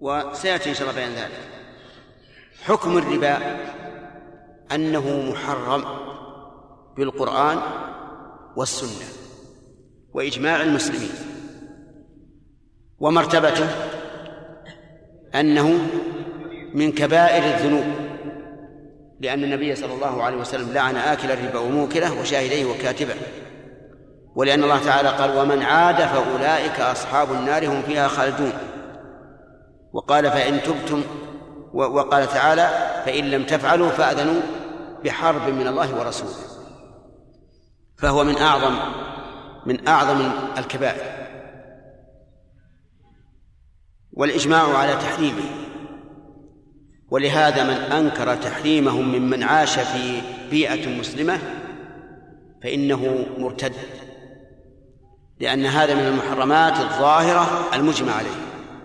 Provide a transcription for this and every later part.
وسيأتي إن شاء الله بيان ذلك. حكم الربا أنه محرم بالقرآن والسنة وإجماع المسلمين، ومرتبته أنه من كبائر الذنوب، لأن النبي صلى الله عليه وسلم لعن آكل الربا وموكله وشاهديه وكاتبه، ولأن الله تعالى قال ومن عاد فأولئك أصحاب النار هم فيها خالدون، وقال فإن تبتم، وقال تعالى فإن لم تفعلوا فأذنوا بحرب من الله ورسوله، فهو من أعظم الكبائر، والإجماع على تحريمه. ولهذا من أنكر تحريمه ممن عاش في بيئة مسلمة فإنه مرتد، لأن هذا من المحرمات الظاهرة المجمع عليه.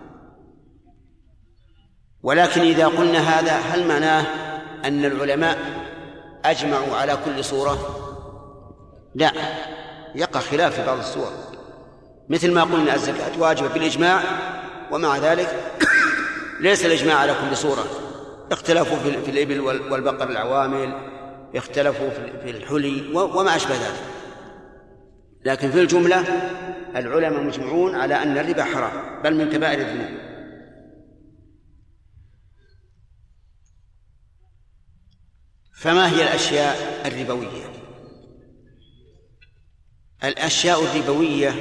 ولكن إذا قلنا هذا هل معناه أن العلماء أجمعوا على كل صورة؟ لا، يقع خلاف في بعض الصور، مثل ما قلنا الزكاة واجبة بالإجماع، ومع ذلك ليس الإجماع على كل صورة، اختلفوا في الإبل والبقر العوامل، اختلفوا في الحلي وما أشبه ذلك، لكن في الجملة العلماء مجمعون على أن الربا حرام بل من كبائر الذنوب. فما هي الأشياء الربوية؟ الأشياء الربوية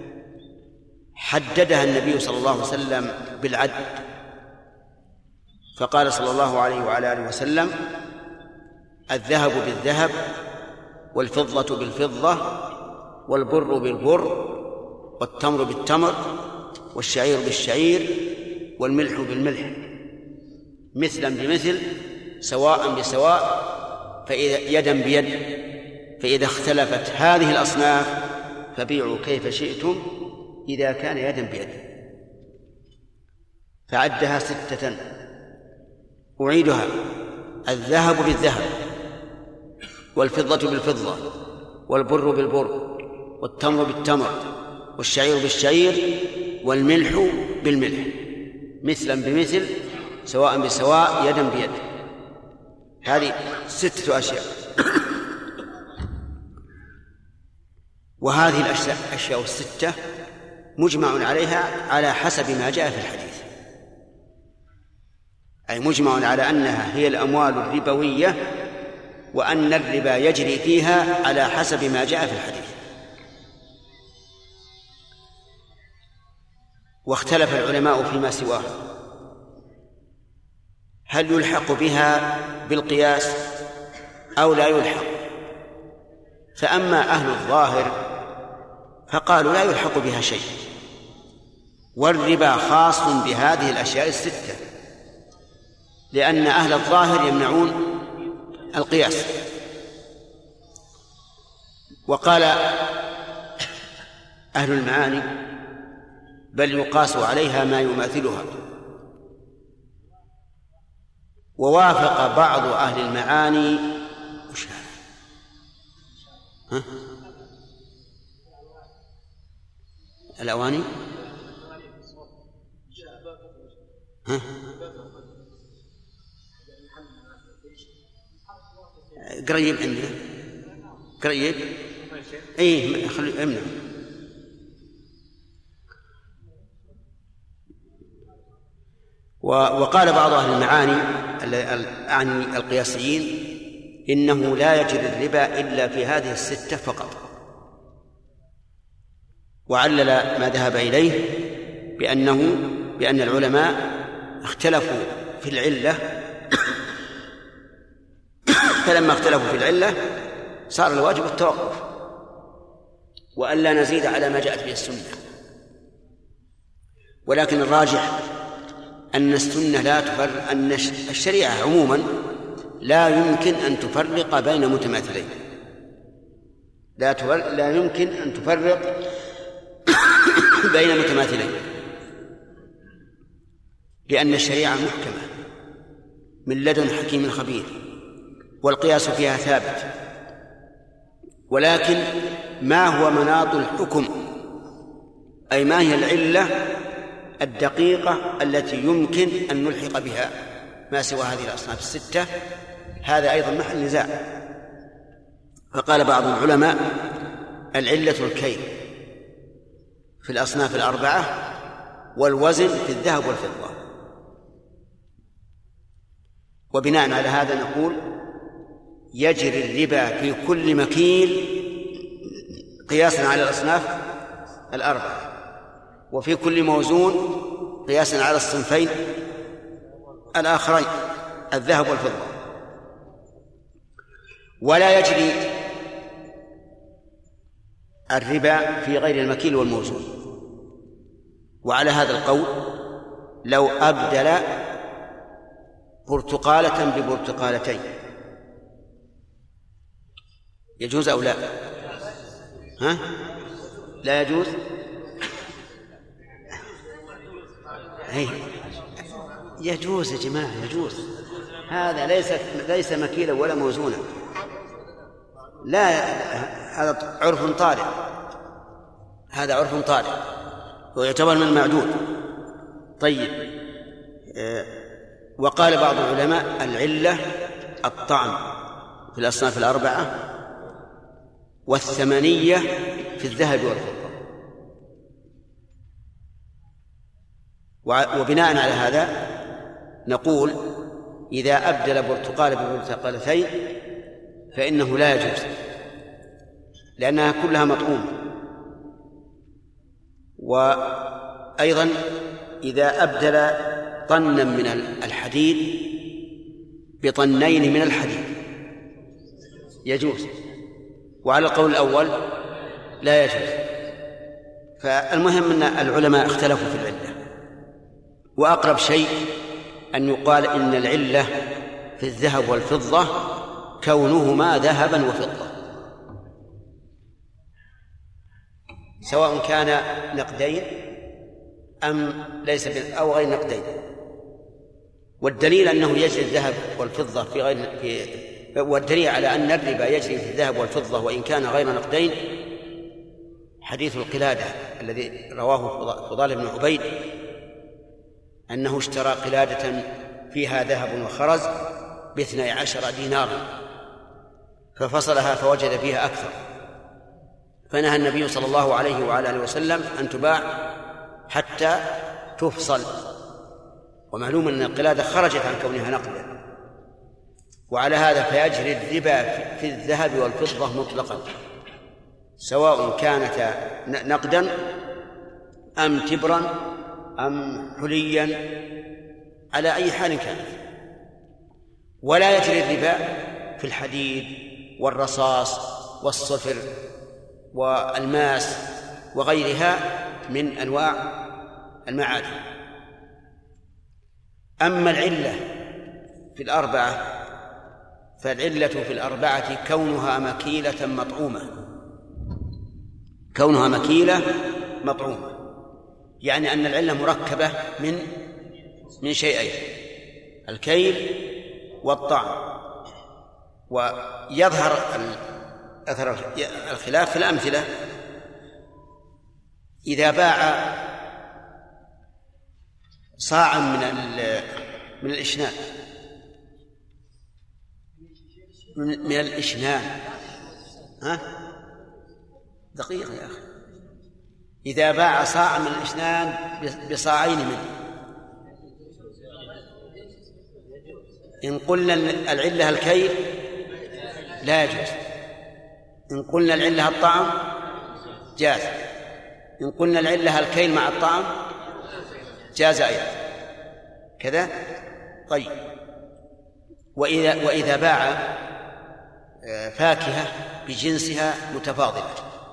حددها النبي صلى الله عليه وسلم بالعد، فقال صلى الله عليه وعلى آله وسلم الذهب بالذهب والفضة بالفضة والبر بالبر والتمر بالتمر والشعير بالشعير والملح بالملح مثلا بمثل سواء بسواء فإذا يدا بيد، فإذا اختلفت هذه الأصناف فبيعوا كيف شئتم إذا كان يدا بيد. فعدها 6، أعيدها: الذهب بالذهب والفضة بالفضة والبر بالبر والتمر بالتمر والشعير بالشعير والملح بالملح مثلا بمثل سواء بسواء يدا بيد. هذه 6 أشياء. وهذه الأشياء 6 مجمع عليها على حسب ما جاء في الحديث، أي مجمع على أنها هي الأموال الربوية، وأن الربا يجري فيها على حسب ما جاء في الحديث. واختلف العلماء فيما سواه، هل يلحق بها بالقياس أو لا يلحق؟ فأما أهل الظاهر فقالوا لا يلحق بها شيء، والربا خاص بهذه الأشياء 6، لأن أهل الظاهر يمنعون القياس. وقال أهل المعاني بل يقاس عليها ما يماثلها. ووافق بعض أهل المعاني الأواني قريب عندنا قريب اي خلي امنع. وقال بعض اهل المعاني عن القياسيين انه لا يجري الربا الا في هذه 6 فقط، وعلل ما ذهب اليه بان العلماء اختلفوا في العله فلما اختلفوا في العله صار الواجب التوقف وألا نزيد على ما جاءت به السنة. ولكن الراجح أن السنة أن الشريعة عموما لا يمكن أن تفرق بين متماثلين، لا يمكن أن تفرق بين متماثلين، لأن الشريعة محكمة من لدن حكيم خبير، والقياس فيها ثابت. ولكن ما هو مناط الحكم، أي ما هي العلة الدقيقة التي يمكن أن نلحق بها ما سوى هذه الأصناف الستة، هذا أيضا محل نزاع. فقال بعض العلماء العلة الكيل في الأصناف الأربعة، والوزن في الذهب والفضة. وبناء على هذا نقول يجري الربا في كل مكيل قياسا على الأصناف الأربعة، وفي كل موزون قياسا على الصنفين الآخرين الذهب والفضة. ولا يجري الربا في غير المكيل والموزون. وعلى هذا القول لو أبدل برتقالة ببرتقالتين يجوز أو لا؟ لا يجوز. يجوز يا جماعة، يجوز. هذا ليس مكيلا ولا موزونا، لا، هذا عرف طارئ، هذا عرف طارئ ويعتبر من المعدود. طيب، وقال بعض العلماء العلة الطعم في الأصناف الأربعة، والثمنية في الذهب والفضة. وبناء على هذا نقول إذا أبدل برتقال ببرتقالتين فإنه لا يجوز، لأنها كلها مطعومة. وأيضا إذا أبدل طنا من الحديد بطنين من الحديد يجوز، وعلى القول الأول لا يجوز. فالمهم أن العلماء اختلفوا في العلة، وأقرب شيء أن يقال إن العلة في الذهب والفضة كونهما ذهبا وفضة، سواء كان نقدين أم ليس أو غير نقدين. والدليل أنه يجري الذهب والفضة والدليل على أن الربا يجري في الذهب والفضة وإن كان غير نقدين حديث القلادة الذي رواه فضال بن عبيد أنه اشترى قلادة فيها ذهب وخرز ب12 دينارا، ففصلها فوجد فيها أكثر، فنهى النبي صلى الله عليه وعلى آله وسلم أن تباع حتى تفصل. ومعلوم أن القلادة خرجت عن كونها نقدا، وعلى هذا فيجري الربا في الذهب والفضة مطلقا، سواء كانت نقدا أم تبرا أم حليا، على أي حال كانت. ولا يجري الربا في الحديد والرصاص والصفر والماس وغيرها من أنواع المعادن. أما العلة في الأربعة فالعلة في الأربعة كونها مكيلة مطعومة، كونها مكيلة مطعومة، يعني أن العلة مركبة من شيئين، الكيل والطعم. ويظهر أثر الخلاف في الأمثلة. إذا باع صاعا من الإشنان من الإشنان دقيقة يا أخي، إذا باع صاعا من الإشنان بصاعين منه، إن قلنا العلة الكيل لا يجوز، إن قلنا العلة الطعم جاز، إن قلنا العلة الكيل مع الطعم جاز أيضا كذا. طيب، وإذا باع فاكهة بجنسها متفاضلة،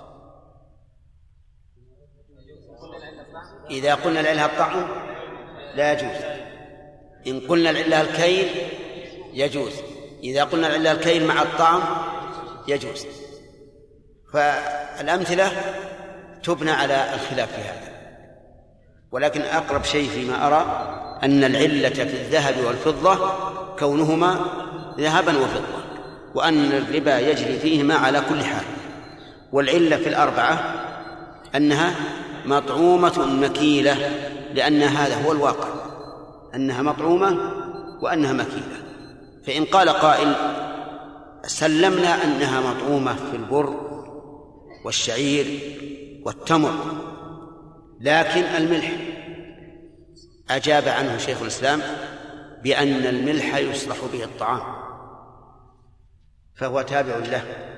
إذا قلنا العلة الطعم لا يجوز، إن قلنا العلة الكيل يجوز، إذا قلنا العلة الكيل مع الطعم يجوز. فالأمثلة تبنى على الخلاف في هذا، ولكن أقرب شيء فيما أرى أن العلة في الذهب والفضة كونهما ذهبا وفضة، وأن الربا يجري فيهما على كل حال. والعلة في الأربعة أنها مطعومة مكيلة لأن هذا هو الواقع، أنها مطعومة وأنها مكيلة. فإن قال قائل سلمنا أنها مطعومة في البر والشعير والتمر، لكن الملح، أجاب عنه شيخ الإسلام بأن الملح يصلح به الطعام، فهو تابع له.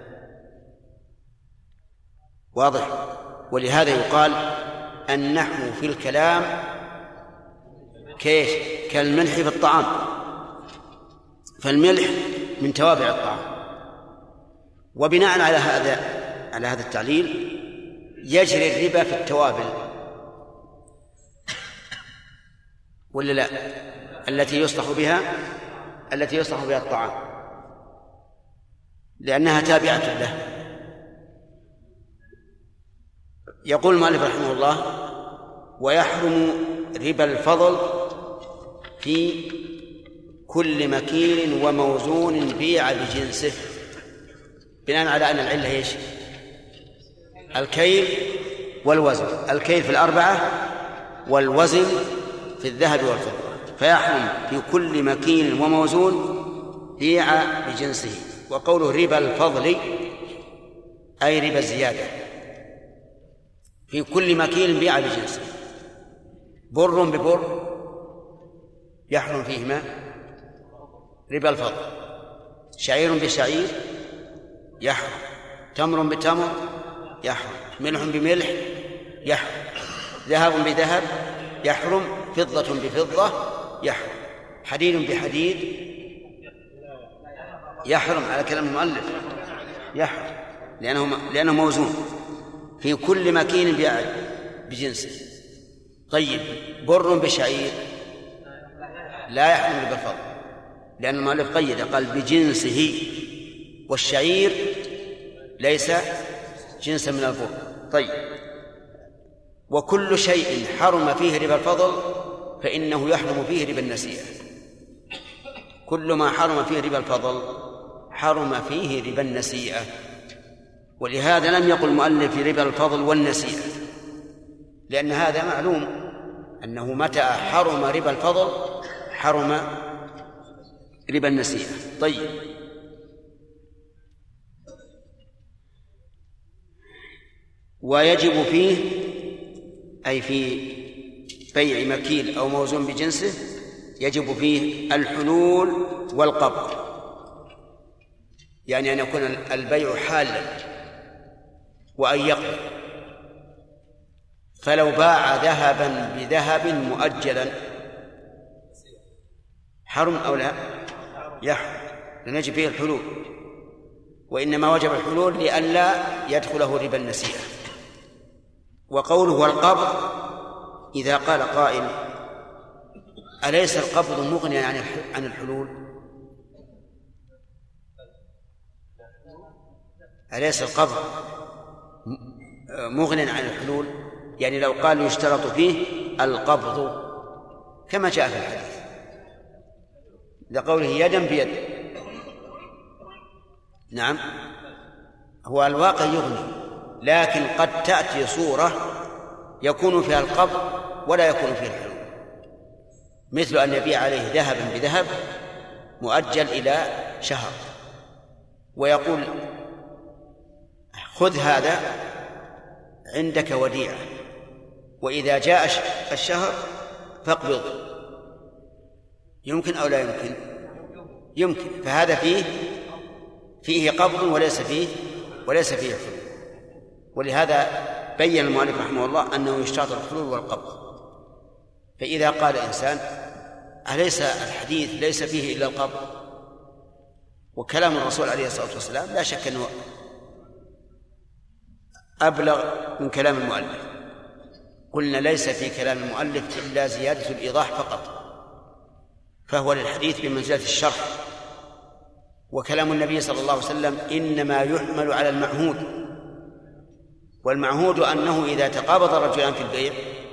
واضح؟ ولهذا يقال النحو في الكلام كالملح في الطعام، فالملح من توابع الطعام. وبناء على هذا التعليل يجري الربا في التوابل ولا لا؟ التي يصلح بها الطعام، لأنها تابعة له. يقول المؤلف رحمه الله: ويحرم ربا الفضل في كل مكيل وموزون بيع بجنسه، بناء على أن العلة ايش؟ الكيل والوزن، الكيل في الأربعة والوزن في الذهب والفضة، فيحرم في كل مكيل وموزون بيع بجنسه. وقوله ربا الفضل أي ربا الزيادة، في كل مكيل بيع بجنسه. بر ببر يحرم فيهما ربا الفضل، شعير بشعير يحرم، تمر بتمر يحرم، ملح بملح يحرم، ذهب بذهب يحرم، فضة بفضة يحرم، حديد بحديد يحرم على كلام المؤلف يحرم، لأنه موزون. في كل مكين بيع بجنسه. طيب بر بشعير لا يحرم ربا الفضل، لأن المؤلف قيد قال بجنسه، والشعير ليس جنسا من البر. طيب وكل شيء حرم فيه ربا الفضل فإنه يحرم فيه ربا النسيئة. كل ما حرم فيه ربا الفضل حرم فيه ربا النسيئة. ولهذا لم يقل المؤلف ربا الفضل والنسيئة، لأن هذا معلوم أنه متى حرم ربا الفضل حرم ربا النسيئة. طيب ويجب فيه أي في بيع مكيل أو موزون بجنسه يجب فيه الحلول والقبض، يعني أن يكون البيع حالا وأن يقبض. فلو باع ذهبا بذهب مؤجلا حرم أو لا؟ يحرم، لأن يجب فيه الحلول، وإنما وجب الحلول لئلا يدخله ربا النسيئة. وقوله والقبض إذا قال قائل أليس القبض مغنيا عن الحلول؟ أليس القبض مغنيا عن الحلول؟ يعني لو قال يشترط فيه القبض كما جاء في الحديث لقوله يدا بيد. نعم هو الواقع يغني، لكن قد تأتي صورة يكون فيها القبض ولا يكون فيها الحلول، مثل أن يبيع عليه ذهبا بذهب مؤجل إلى شهر ويقول خذ هذا عندك وديعة وإذا جاء الشهر فاقبض. يمكن أو لا يمكن؟ يمكن. فهذا فيه قبض وليس فيه حلول. ولهذا بين المؤلف رحمه الله أنه يشترط الحلول والقبض. فإذا قال إنسان أليس الحديث ليس فيه إلا القبض، وكلام الرسول عليه الصلاة والسلام لا شك أنه أبلغ من كلام المؤلف. قلنا ليس في كلام المؤلف إلا زيادة الإيضاح فقط، فهو للحديث بمنزلة الشرح. وكلام النبي صلى الله عليه وسلم إنما يحمل على المعهود، والمعهود أنه إذا تقابض الرجلان في البيع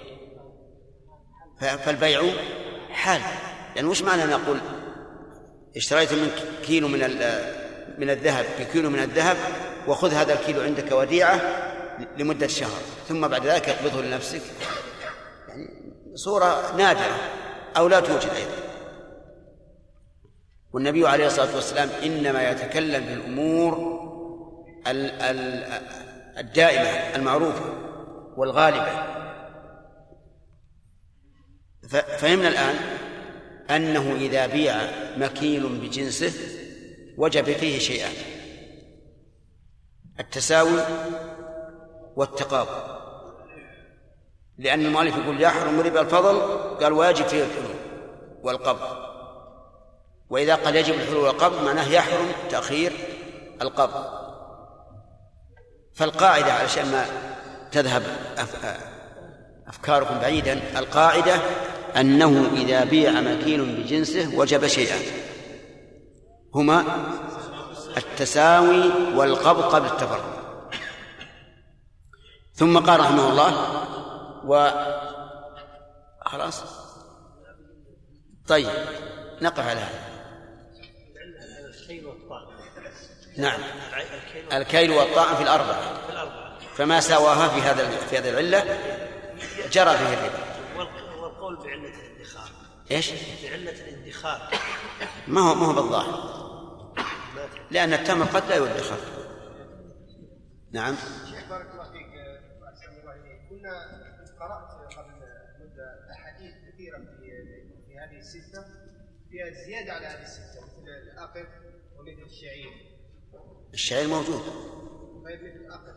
فالبيع حال. يعني وش معنى نقول اشتريت منك كيلو من الذهب بكيلو من الذهب وخذ هذا الكيلو عندك وديعة لمدة شهر ثم بعد ذلك اقبضه لنفسك؟ يعني صورة نادرة أو لا توجد أيضا. والنبي عليه الصلاة والسلام إنما يتكلم في الأمور الدائمة المعروفة والغالبة. فهمنا الآن أنه إذا بيع مكيل بجنسه وجب فيه شيئان: التساوي والتقابل، لأن المؤلف يقول يحرم ربا الفضل، قال واجب فيه الحلول والقبض. وإذا قال يجب الحلول والقبض معناه يحرم تأخير القبض. فالقاعدة علشان ما تذهب أفكاركم بعيدا، القاعدة أنه إذا بيع مكيل بجنسه وجب شيئان هما التساوي والقبض قبل التفرق. ثم قال رحمه الله خلاص. طيب نقف على هذا. نعم، الكيل والطعن في الأربعة، فما سواها في هذه العلة جرى فيه الربا. والقول بعلة الادخار ايش؟ بعلة الادخار ما هو بالظاهر، لأن التمر قد لا يدخر. نعم. شيخ بارك الله فيك، أحسن الله إليك. كنا قرأت قبل مدة أحاديث كثيرة في هذه الستة فيها زيادة على هذه الستة، مثل الأقف ومثل الشعير. الشعير موجود. طيب مثل الأقف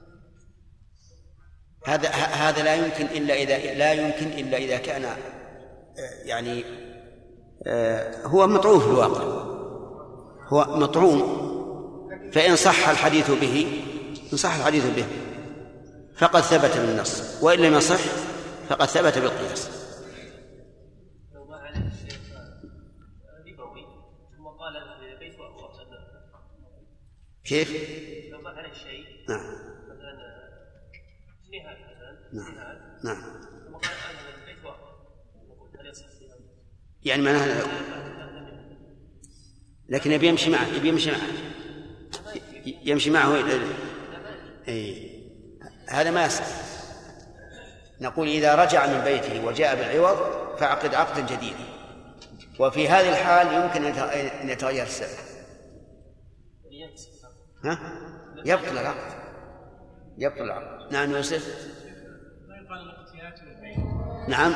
هذا لا يمكن إلا إذا كان يعني هو مطعوم في الواقع، هو مطعوم، فإن صح الحديث به فقد ثبت بالنص، وإن لم يصح فقد ثبت بالقياس. لو ما عليه الشيء ربوي ثم قال بيت كيف؟ لو ما عليه شيء نعم مثلا جنيهات نعم ثم قال أنا البيت نقول هل يصح يعني معناها، لكن يبي يمشي معه هذا ما يصح. نقول إذا رجع من بيته وجاء بالعوض فعقد عقدا جديدا، وفي هذه الحال يمكن أن يتغير السعر. يبطل العقد. نعم يوسف. نعم.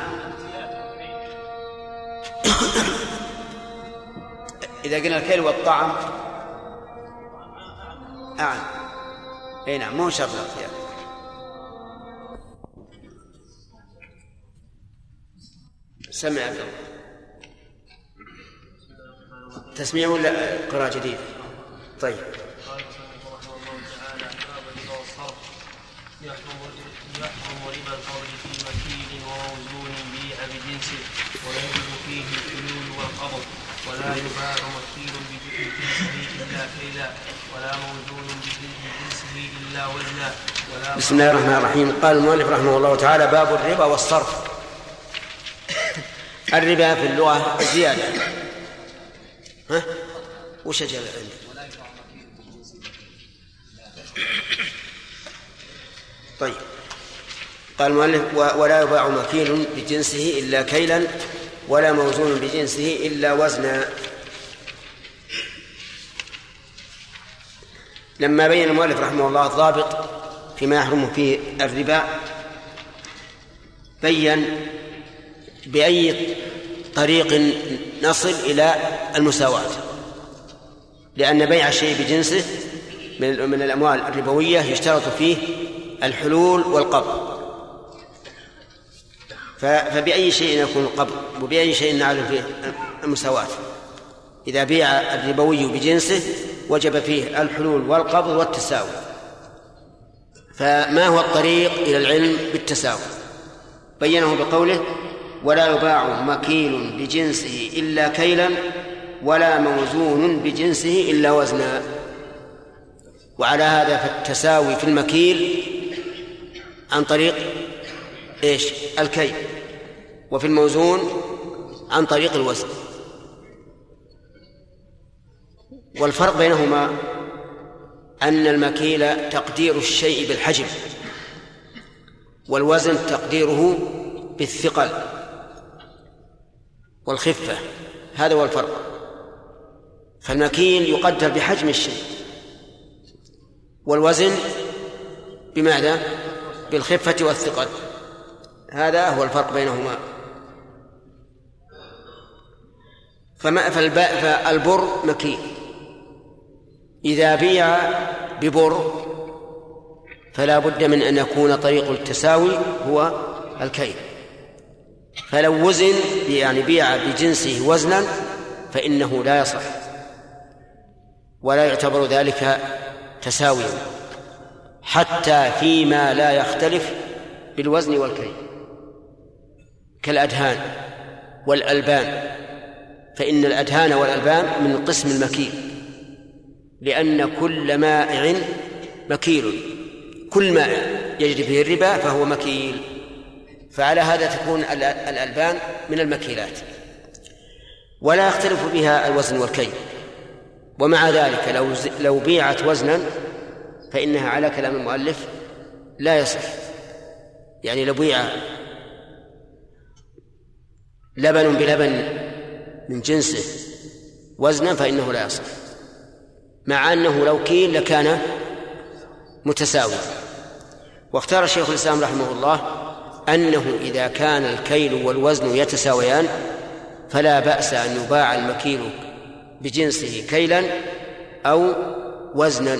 إذا قلنا الكيل والطعم أي نعم، مو شرط الاختيار. سمع عبد الله تسميع ولا قراءة جديد؟ طيب. يحرم ربا الفضل في مكيل وموزون بيع بجنسه ويجب فيه الحلول والقبض، ولا يباع مكيل بجنسه إلا كيلا، ولا موزون بجنسه إلا وزنا. بسم الله الرحمن الرحيم. قال المؤلف رحمه الله تعالى: باب الربا والصرف. الربا في اللغة زيادة. وش جاء عندك؟ طيب. قال المؤلف: ولا يباع مكيل بجنسه إلا كيلا، ولا موزون بجنسه إلا وزنا. لما بين المؤلف رحمه الله الضابط فيما يحرم فيه الربا، بين بأي طريق نصل إلى المساواة، لأن بيع الشيء بجنسه من الأموال الربوية يشترط فيه الحلول والقبض، فبأي شيء يكون القبض وبأي شيء نعلم فيه المساواة. إذا بيع الربوي بجنسه وجب فيه الحلول والقبض والتساوي. فما هو الطريق إلى العلم بالتساوي؟ بينه بقوله: ولا يباع مكيل بجنسه إلا كيلا، ولا موزون بجنسه إلا وزنا. وعلى هذا فالتساوي في المكيل عن طريق الكيل، وفي الموزون عن طريق الوزن. والفرق بينهما أن المكيل تقدير الشيء بالحجم، والوزن تقديره بالثقل والخفة، هذا هو الفرق. فالمكيل يقدر بحجم الشيء، والوزن بماذا؟ بالخفة والثقل، هذا هو الفرق بينهما. فالبر مكيل، إذا بيع ببر فلا بد من أن يكون طريق التساوي هو الكيل. فلو وزن يعني بيع بجنسه وزنا فإنه لا يصح ولا يعتبر ذلك تساويا، حتى فيما لا يختلف بالوزن والكيل كالأدهان والألبان، فإن الأدهان والألبان من قسم المكيل، لأن كل مائع مكيل، كل مائع يجري فيه الربا فهو مكيل، فعلى هذا تكون الألبان من المكيلات ولا يختلف بها الوزن والكيل. ومع ذلك لو بيعت وزنا فإنها على كلام المؤلف لا يصح، يعني لو بيع لبن بلبن من جنسه وزنا فإنه لا يصح، مع أنه لو كيل لكان متساوي. واختار شيخ الإسلام رحمه الله أنه إذا كان الكيل والوزن يتساويان فلا بأس أن يباع المكيل بجنسه كيلا أو وزنا،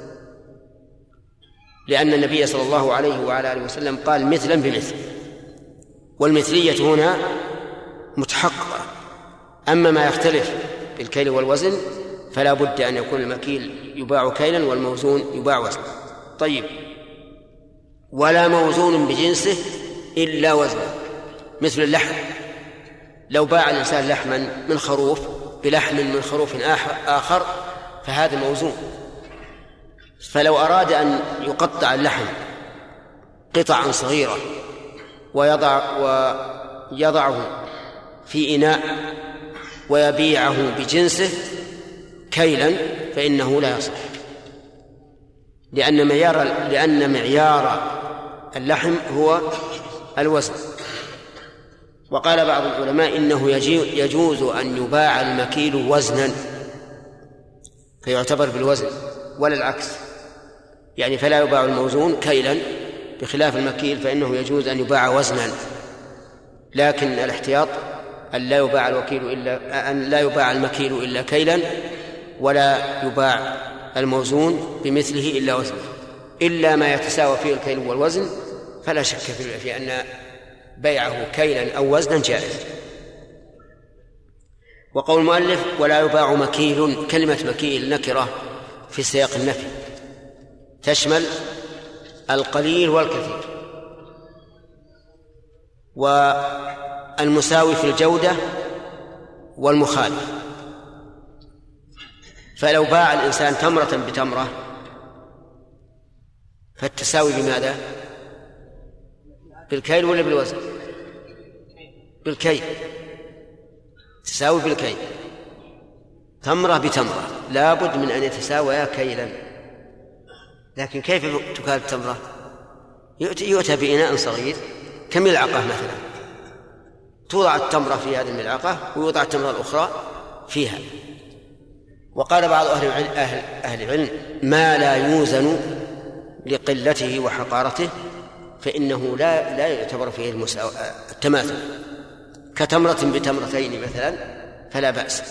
لأن النبي صلى الله عليه وعلى آله وسلم قال مثلا بمثل، والمثلية هنا متحققة. أما ما يختلف بالكيل والوزن فلا بد أن يكون المكيل يباع كيلا والموزون يباع وزنا. طيب، ولا موزون بجنسه إلا وزنا، مثل اللحم، لو باع الإنسان لحما من خروف بلحم من خروف آخر فهذا موزون. فلو أراد أن يقطع اللحم قطعا صغيرة ويضعه في إناء ويبيعه بجنسه كيلا فإنه لا يصح، لأن معيار اللحم هو الوزن. وقال بعض العلماء إنه يجوز أن يباع المكيل وزنا فيعتبر بالوزن ولا العكس، يعني فلا يباع الموزون كيلا بخلاف المكيل فإنه يجوز أن يباع وزنا، لكن الاحتياط أن لا يباع المكيل إلا كيلا ولا يباع الموزون بمثله إلا وزنا، إلا ما يتساوى فيه الكيل والوزن فلا شك في أن بيعه كيلا أو وزنا جائز. وقول المؤلف ولا يباع مكيل، كلمة مكيل نكرة في سياق النفي تشمل القليل والكثير والمساوي في الجودة والمخالف. فلو باع الإنسان تمرة بتمرة فالتساوي بماذا؟ بالكيل ولا بالوزن؟ بالكيل، تساوي بالكيل، تمرة بتمرة لا بد من أن يتساويا كيلا. لكن كيف تكال التمرة؟ يؤتى بإناء صغير كملعقة مثلا، توضع التمرة في هذه الملعقة ويوضع التمرة الأخرى فيها. وقال بعض أهل العلم ما لا يوزن لقلته وحقارته فإنه لا يعتبر فيه التماثل، كتمرة بتمرتين مثلا فلا بأس.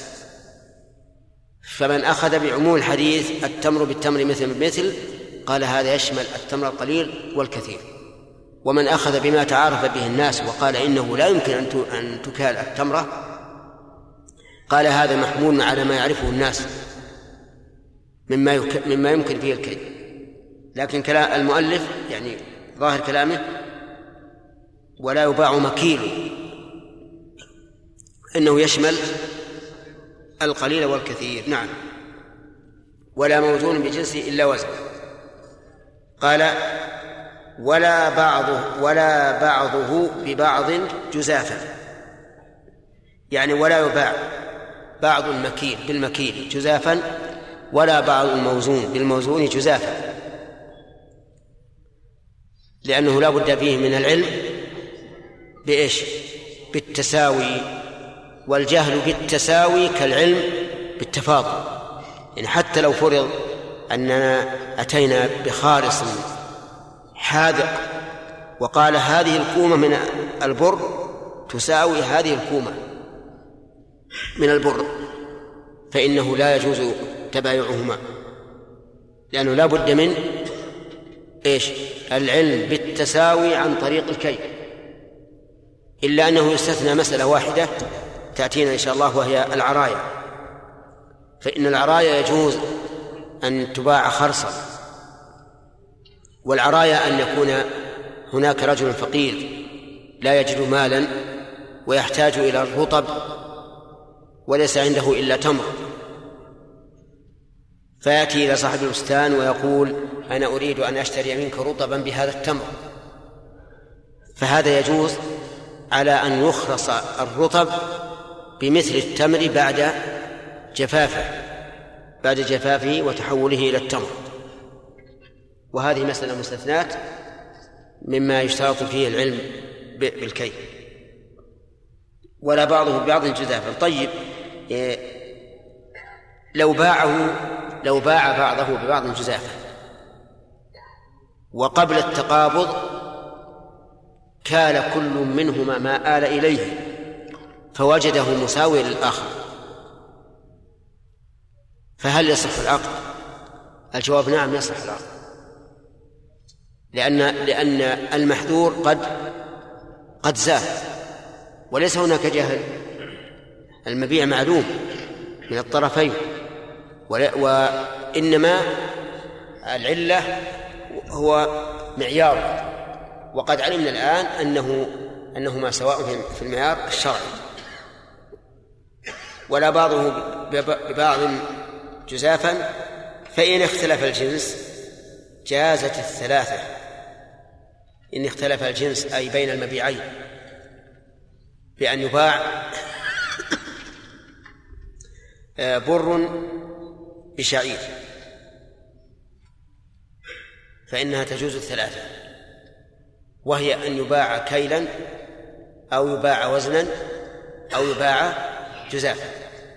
فمن أخذ بعموم الحديث التمر بالتمر مثل بمثل قال هذا يشمل التمر القليل والكثير. ومن أخذ بما تعارف به الناس وقال إنه لا يمكن أن تكال التمرة قال هذا محمول على ما يعرفه الناس مما يمكن فيه الكيل. لكن كلام المؤلف يعني ظاهر كلامه ولا يباع مكيل إنه يشمل القليل والكثير. نعم. ولا موزون بجنسه إلا وزن. قال ولا بعضه ببعض جزافا، يعني ولا يباع بعض المكيل بالمكيل جزافا ولا بعض الموزون بالموزون جزافا، لأنه لا بد فيه من العلم بإيش؟ بالتساوي والجهل بالتساوي كالعلم بالتفاضل. يعني حتى لو فرض أننا أتينا بخارص حاذق وقال هذه الكومة من البر تساوي هذه الكومة من البر، فإنه لا يجوز تبايعهما، لأنه لا بد من العلم بالتساوي عن طريق الكيل، إلا أنه يستثنى مسألة واحدة تأتينا إن شاء الله، وهي العرايا. فإن العرايا يجوز أن تباع خرصا، والعرايا أن يكون هناك رجل فقير لا يجد مالا ويحتاج إلى الرطب وليس عنده إلا تمر، فيأتي إلى صاحب البستان ويقول أنا أريد أن أشتري منك رطبا بهذا التمر، فهذا يجوز على أن يخرص الرطب بمثل التمر بعد جفافه وتحوله إلى التمر. وهذه مسألة مستثنات مما يشترط فيه العلم بالكيل، ولا بعضه ببعض جزافا. طيب، لو باع بعضه ببعض جزافا وقبل التقابض كال كل منهما ما آل إليه فوجده مساوي للآخر، فهل يصح العقد؟ الجواب نعم يصح العقد، لأن المحذور قد زاد وليس هناك جهل، المبيع معلوم من الطرفين، وإنما العلة هو معيار، وقد علمنا الآن أنهما سواء في المعيار الشرعي. ولا بعضه ببعض جزافا، فإن اختلف الجنس جازت الثلاثة. إن اختلف الجنس أي بين المبيعين، بأن يباع بر بشعير فإنها تجوز الثلاثة، وهي أن يباع كيلا أو يباع وزنا أو يباع جزافا.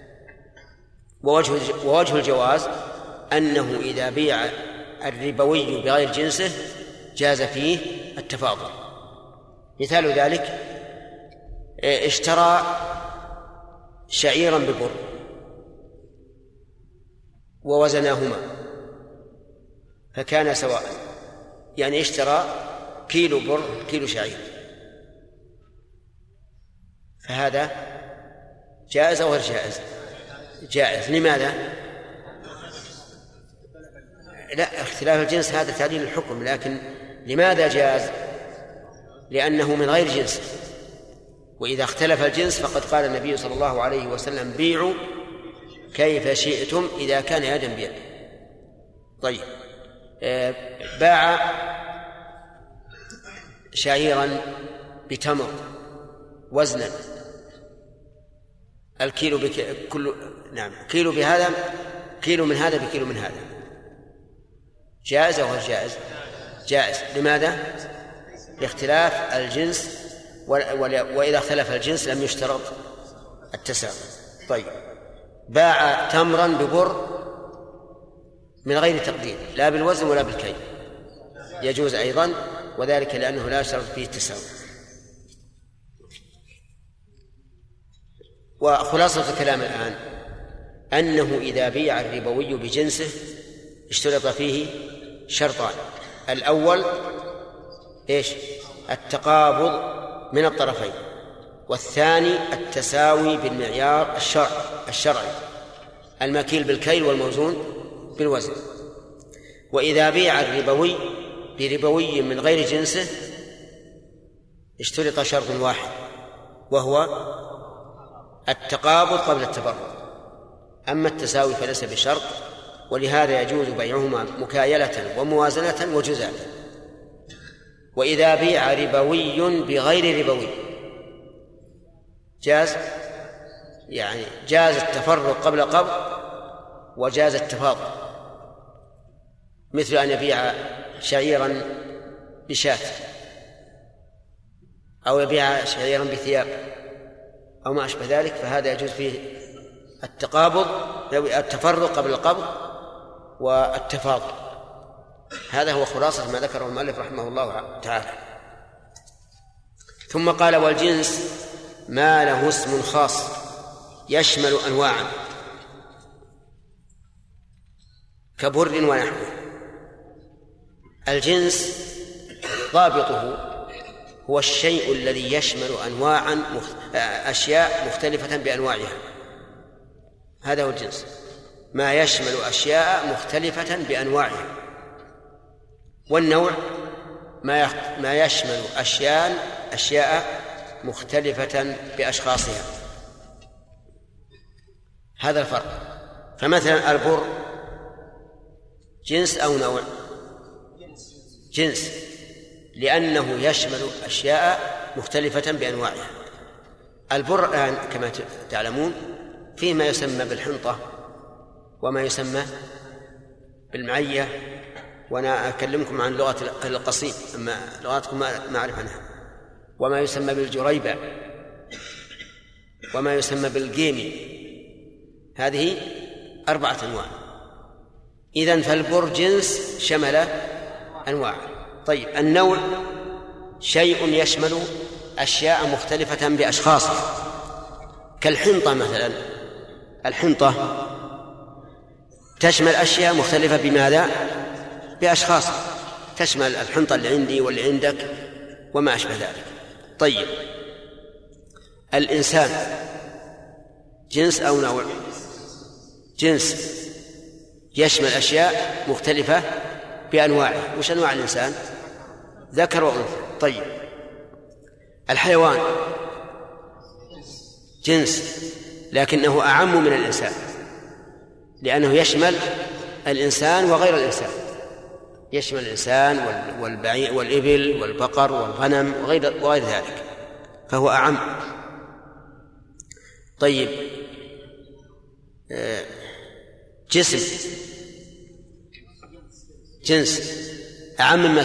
ووجه الجواز أنه إذا بيع الربوي بغير جنسه جاز فيه التفاضل. مثال ذلك اشترى شعيرا ببر ووزناهما فكان سواء، يعني اشترى كيلو بر كيلو شعير، فهذا جائز أو غير جائز؟ جائز. لماذا؟ لا، اختلاف الجنس هذا تعديل الحكم، لكن لماذا جاز؟ لأنه من غير جنس، وإذا اختلف الجنس فقد قال النبي صلى الله عليه وسلم بيعوا كيف شئتم إذا كان يدا بيد. طيب، باع شعيرا بتمر وزنا، الكيلو كيلو بهذا، كيلو من هذا بكيلو من هذا، جائز أو غير جائز؟ جائز. لماذا؟ لاختلاف الجنس، وإذا اختلف الجنس لم يشترط التساوي. طيب، باع تمرا ببر من غير تقدير، لا بالوزن ولا بالكيل، يجوز أيضا، وذلك لأنه لا يشترط فيه التساوي. وخلاصة الكلام الآن أنه إذا بيع الربوي بجنسه اشترط فيه شرطان: الأول التقابض من الطرفين، والثاني التساوي بالمعيار الشرعي، المكيل بالكيل والموزون بالوزن. وإذا بيع الربوي بربوي من غير جنسه اشترط شرط واحد، وهو التقابض قبل التبرع، أما التساوي فليس بشرط، ولهذا يجوز بيعهما مكايلة وموازنة وجزافا. وإذا بيع ربوي بغير ربوي جاز، يعني جاز التفرق قبل قبض وجاز التفاضل، مثل أن يبيع شعيرا بشاة أو يبيع شعيرا بثياب أو ما أشبه ذلك، فهذا يجوز فيه التقابض، التفرق قبل القبض والتفاضل. هذا هو خلاصة ما ذكره المؤلف رحمه الله تعالى. ثم قال: والجنس ما له اسم خاص يشمل أنواعا كبر ونحوه. الجنس ضابطه هو الشيء الذي يشمل أشياء مختلفة بأنواعها، هذا هو الجنس، ما يشمل أشياء مختلفة بأنواعها. والنوع ما يشمل أشياء مختلفة بأشخاصها، هذا الفرق. فمثلا البر جنس أو نوع؟ جنس، لأنه يشمل أشياء مختلفة بأنواعها. البر الآن كما تعلمون فيه ما يسمى بالحنطة وما يسمى بالمعية، وأنا أكلمكم عن لغة القصيم، أما لغاتكم ما أعرف عنها. وما يسمى بالجريبة وما يسمى بالجيمي، هذه 4 أنواع. إذن فالبر جنس شمل أنواع. طيب النوع شيء يشمل أشياء مختلفة بأشخاصها، كالحنطة مثلا. الحنطة تشمل أشياء مختلفة بماذا؟ بأشخاصها، تشمل الحنطة اللي عندي واللي عندك وما أشبه ذلك. طيب الإنسان جنس أو نوع؟ جنس، يشمل أشياء مختلفة بأنواعه. وش أنواع الإنسان؟ ذكر وأنثى. طيب الحيوان جنس، لكنه أعم من الإنسان، لأنه يشمل الإنسان وغير الإنسان، يشمل الإنسان والبعير والإبل والبقر والغنم وغير ذلك، فهو أعم. طيب جسم جنس أعم مما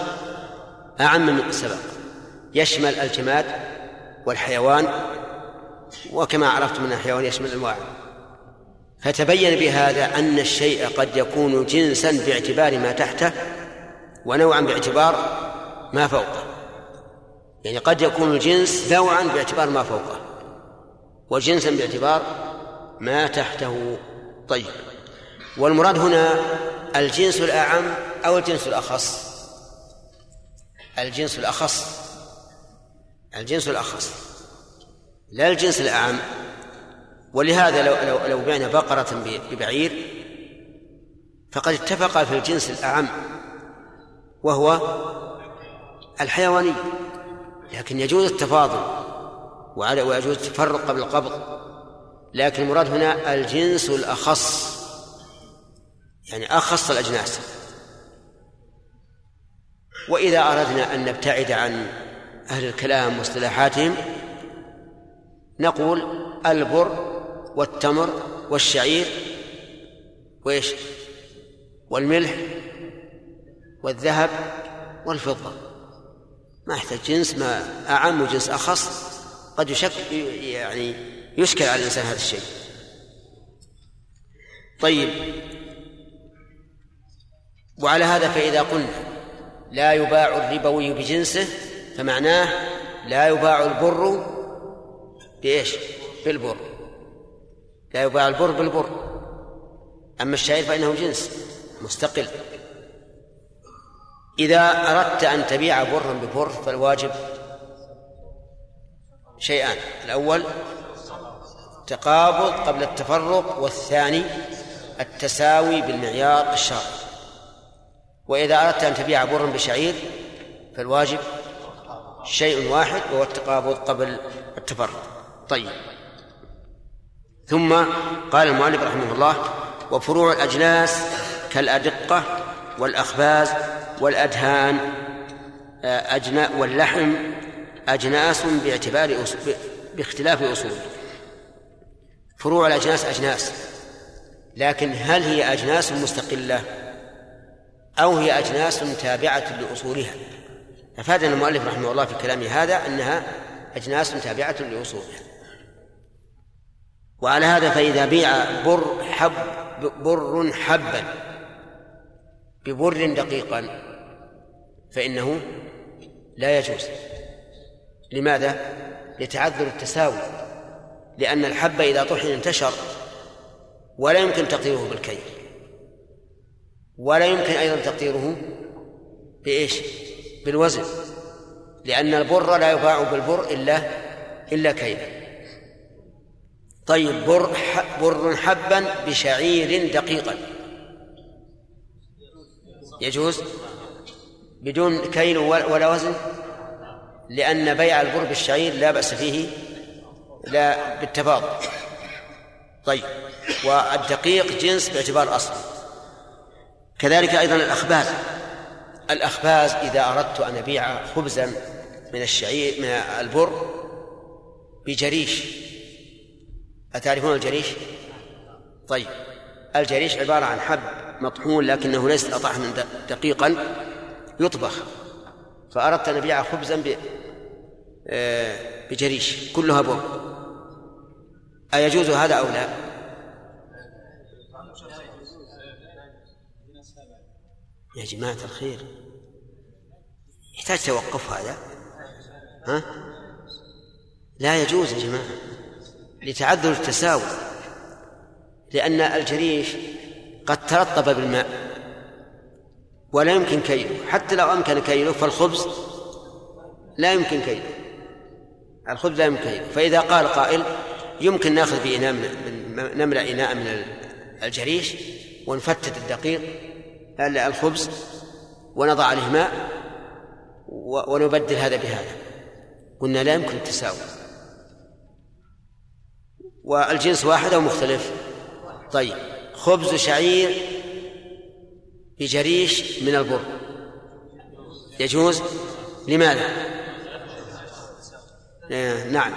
سبق، يشمل الجماد والحيوان، وكما عرفت من الحيوان يشمل أنواع. فتبين بهذا أن الشيء قد يكون جنسا باعتبار ما تحته، ونوعا باعتبار ما فوقه. يعني قد يكون الجنس نوعا باعتبار ما فوقه، وجنسا باعتبار ما تحته. طيب والمراد هنا الجنس الأعم أو الجنس الأخص؟ الجنس الأخص لا الجنس الأعم. ولهذا لو بعنا بقرة ببعير فقد اتفق في الجنس الأعم وهو الحيواني، لكن يجوز التفاضل ويجوز التفرق قبل القبض. لكن المراد هنا الجنس الأخص، يعني أخص الأجناس. وإذا أردنا أن نبتعد عن أهل الكلام واصطلاحاتهم نقول البر والتمر والشعير وإيش والملح والذهب والفضة، ما يحتاج جنس ما أعم وجنس أخص، قد يشكل على الإنسان هذا الشيء. طيب وعلى هذا فإذا قلنا لا يباع الربوي بجنسه فمعناه لا يباع البر بإيش؟ بالبر، لا يباع البر بالبر. أما الشعير فإنه جنس مستقل. إذا أردت أن تبيع برا ببر فالواجب شيئان: الأول تقابض قبل التفرق، والثاني التساوي بالمعيار الشرعي. وإذا أردت أن تبيع برا بشعير فالواجب شيء واحد وهو التقابض قبل التفرق. طيب ثم قال المؤلف رحمه الله: وفروع الأجناس كالأدقة والأخباز والأدهان واللحم أجناس باختلاف أصوله. فروع الأجناس أجناس، لكن هل هي أجناس مستقلة أو هي أجناس تابعة لأصولها؟ أفادنا المؤلف رحمه الله في كلامه هذا أنها أجناس تابعة لأصولها. وعلى هذا فإذا بيع بر حبا ببر دقيقا فإنه لا يجوز. لماذا؟ لتعذر التساوي، لأن الحب إذا طحن انتشر ولا يمكن تقديره بالكيل، ولا يمكن أيضا تقديره بإيش؟ بالوزن، لأن البر لا يباع بالبر إلا كيلا. طيب بر حبا بشعير دقيقا يجوز بدون كيل ولا وزن، لأن بيع البر بالشعير لا بأس فيه لا بالتفاضل. طيب، والدقيق جنس باعتبار أصل. كذلك أيضا الأخباز إذا أردت أن أبيع خبزا من الشعير من البر بجريش، أتعرفون الجريش؟ طيب، الجريش عبارة عن حب مطحون لكنه ليس طحنا دقيقا يطبخ، فأردت أن أبيع خبزا بجريش كلها بر، أيجوز هذا أو لا؟ يا جماعة الخير، يحتاج توقف هذا. ها؟ لا يجوز يا جماعة لتعذر التساوي، لأن الجريش قد ترطب بالماء ولا يمكن كيله، حتى لو أمكن كيله فالخبز لا يمكن كيله، الخبز لا يمكن كيله. فإذا قال قائل يمكن نأخذ بإناء نملأ إناء من الجريش ونفتت الدقيق الخبز ونضع عليه ماء ونبدل هذا بهذا، قلنا لا يمكن التساوي، والجنس واحد أو مختلف. طيب، خبز شعير بجريش من البر يجوز، لماذا؟ نعم،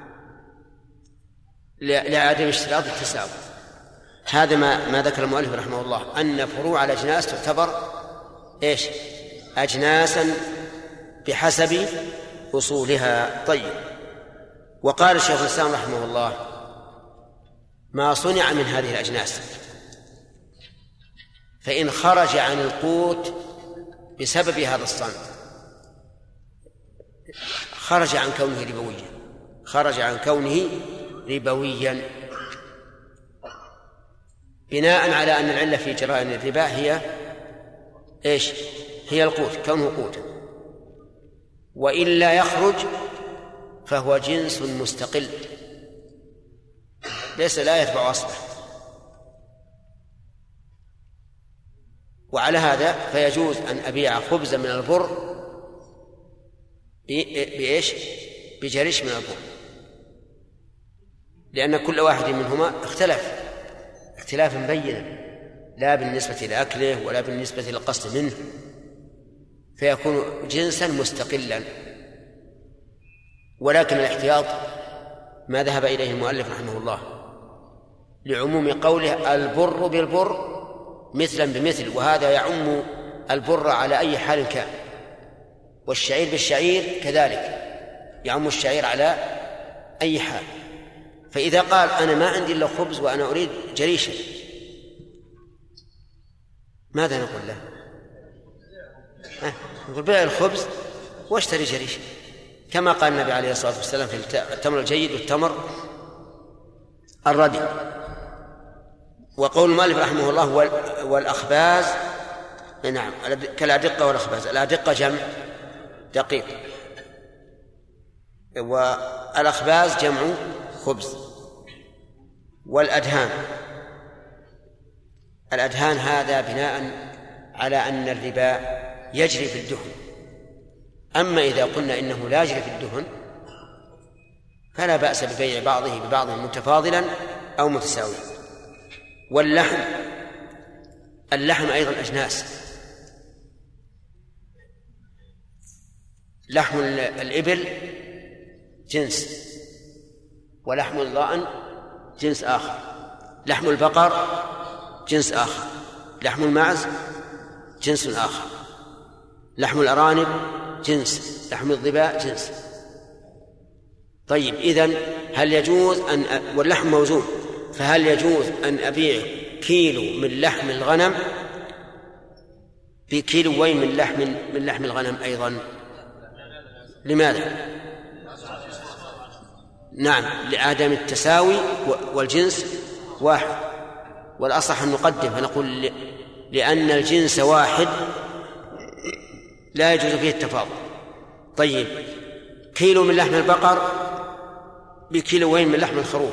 لعدم اشتراط التساوي. هذا ما ذكر المؤلف رحمه الله، أن فروع الأجناس تعتبر إيش؟ أجناسا بحسب أصولها. طيب، وقال الشيخ الإسلام رحمه الله ما صنع من هذه الأجناس فإن خرج عن القوت بسبب هذا الصنع خرج عن كونه ربويا، بناء على أن العلة في جرائم الربا هي إيش؟ هي القوت، كونه قوتا، وإلا يخرج فهو جنس مستقل ليس لا يتبع أصله. وعلى هذا فيجوز أن أبيع خبزا من البر بإيش؟ بجريش من البر، لأن كل واحد منهما اختلف اختلافا بينا، لا بالنسبة لأكله ولا بالنسبة للقصد منه، فيكون جنسا مستقلا. ولكن الاحتياط ما ذهب إليه المؤلف رحمه الله لعموم قوله البر بالبر مثلا بمثل، وهذا يعم البر على أي حال كان، والشعير بالشعير كذلك يعم الشعير على أي حال. فإذا قال أنا ما عندي إلا خبز وأنا أريد جريشا، ماذا نقول له؟ نقول بيع الخبز واشتري جريشا، كما قال النبي عليه الصلاة والسلام في التمر الجيد والتمر الردي. وقول المؤلف رحمه الله والأخباز، نعم، كالأدقة والأخباز، الأدقة جمع دقيق، والأخباز جمع خبز. والأدهان، الأدهان هذا بناء على أن الربا يجري في الدهن، أما إذا قلنا إنه لا يجري في الدهن فلا بأس ببيع بعضه ببعض متفاضلا أو متساويا. واللحم، اللحم أيضا أجناس، لحم الإبل جنس، ولحم الضأن جنس آخر، لحم البقر جنس آخر، لحم الماعز جنس آخر، لحم الأرانب جنس، لحم الظباء جنس. طيب إذن هل يجوز واللحم موزون، فهل يجوز أن أبيع كيلو من لحم الغنم بكيلوين من لحم الغنم أيضا؟ لماذا؟ نعم، لعدم التساوي والجنس واحد، والأصح أن نقدم فنقول لأن الجنس واحد لا يجوز فيه التفاضل. طيب كيلو من لحم البقر بكيلوين من لحم الخروف،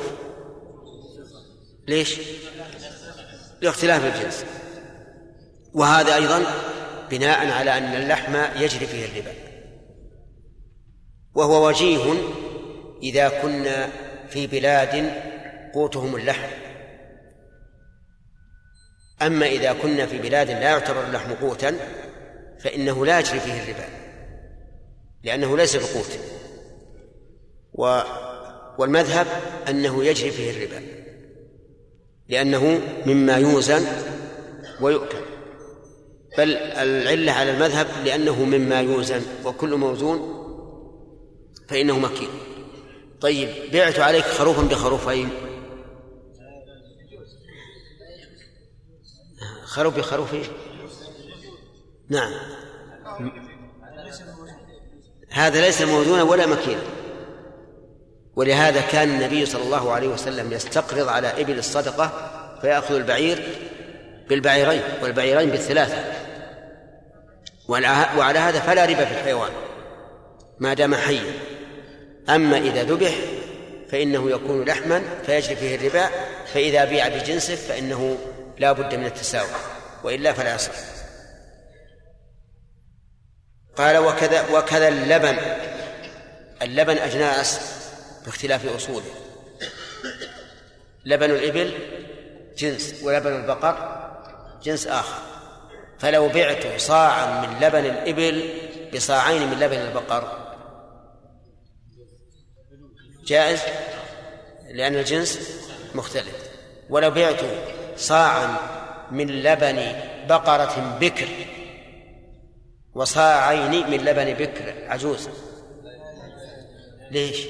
ليش؟ لاختلاف الجنس، وهذا أيضا بناء على أن اللحم يجري فيه الربا، وهو وجيه إذا كنا في بلاد قوتهم اللحم. أما إذا كنا في بلاد لا يعتبر اللحم قوتا فإنه لا يجري فيه الربا لأنه ليس بقوت، والمذهب أنه يجري فيه الربا لأنه مما يوزن ويؤكل، بل العلة على المذهب لأنه مما يوزن، وكل موزون فإنه مكيل. طيب بعت عليك خروفا بخروفين، خروف بخروفين، نعم، هذا ليس موزونا ولا مكيلا. ولهذا كان النبي صلى الله عليه وسلم يستقرض على إبل الصدقة فيأخذ البعير بالبعيرين والبعيرين بالثلاثة، وعلى هذا فلا ربا في الحيوان ما دام حيا. أما إذا ذبح فإنه يكون لحما فيجري فيه الربا، فإذا بيع بجنسه فإنه لا بد من التساوي، وإلا فلا يصح. قال وكذا اللبن أجناس باختلاف أصوله، لبن الإبل جنس ولبن البقر جنس آخر، فلو بعت صاعا من لبن الإبل بصاعين من لبن البقر جائز لأن الجنس مختلف، ولو بعت صاعا من لبن بقرة بكر وصاعين من لبن بكر عجوز، ليش؟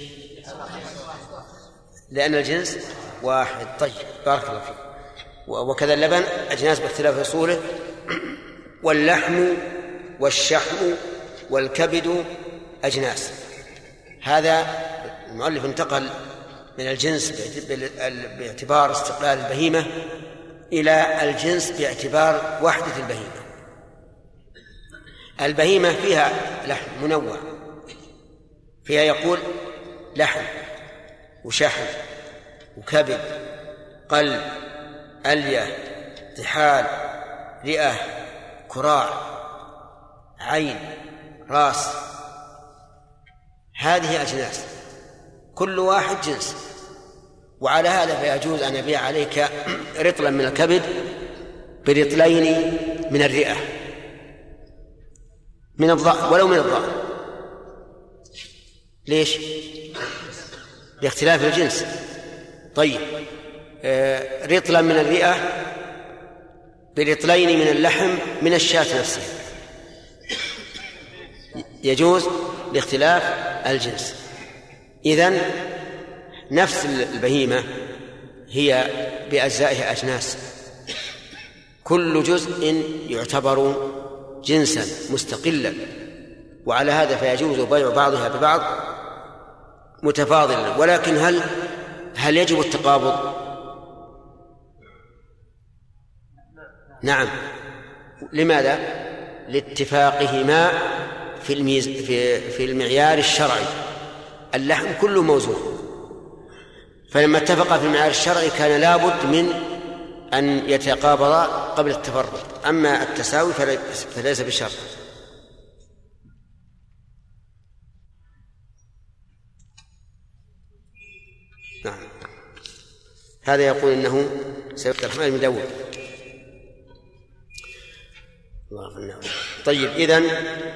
لأن الجنس واحد. طيب بارك الله فيك. وكذا اللبن أجناس باختلاف أصوله، واللحم والشحم والكبد أجناس. هذا المؤلف انتقل من الجنس باعتبار استقلال البهيمة إلى الجنس باعتبار وحدة البهيمة. البهيمة فيها لحم منوع، فيها يقول لحم وشحم وكبد قلب ألية طحال رئة كراع عين راس، هذه أجناس كل واحد جنس. وعلى هذا فيجوز أن يبيع عليك رطلا من الكبد برطلين من الرئة من الضأن ولو من الضأن، ليش؟ لاختلاف الجنس. طيب رطلا من الرئة برطلين من اللحم من الشاة نفسها يجوز لاختلاف الجنس. إذن نفس البهيمة هي بأجزائها أجناس، كل جزء يعتبر جنسا مستقلا، وعلى هذا فيجوز بيع بعضها ببعض متفاضلا. ولكن هل يجب التقابض؟ نعم. لماذا؟ لاتفاقهما في المعيار الشرعي. اللحم كله موزون، فلما اتفق في المعيار الشرعي كان لابد من أن يتقابضا قبل التفرق. أما التساوي فليس بشرط. نعم. هذا يقول إنه سيد الرحمن المدور. طيب إذن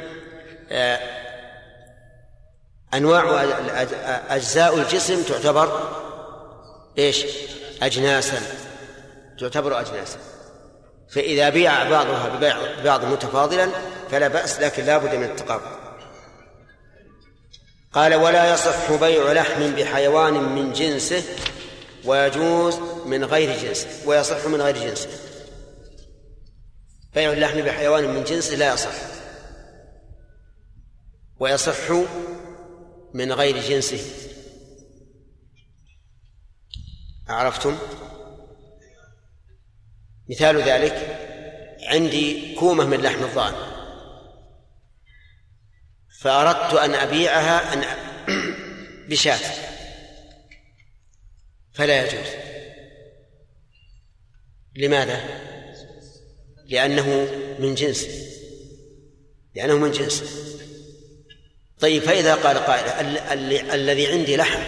أنواع أجزاء الجسم تعتبر إيش؟ أجناسا، تعتبر أجناسا. فإذا بيع بعضها ببعض متفاضلا فلا بأس، لكن لا بد من التقابض. قال ولا يصح بيع لحم بحيوان من جنسه ويجوز من غير جنسه ويصح من غير جنسه. بيع اللحم بحيوان من جنسه لا يصح، ويصح من غير جنسه. عرفتم؟ مثال ذلك عندي كومة من لحم الضأن فأردت أن أبيعها بشاة فلا يجوز. لماذا؟ لأنه من جنس. طيب فإذا قال قائل الذي عندي لحم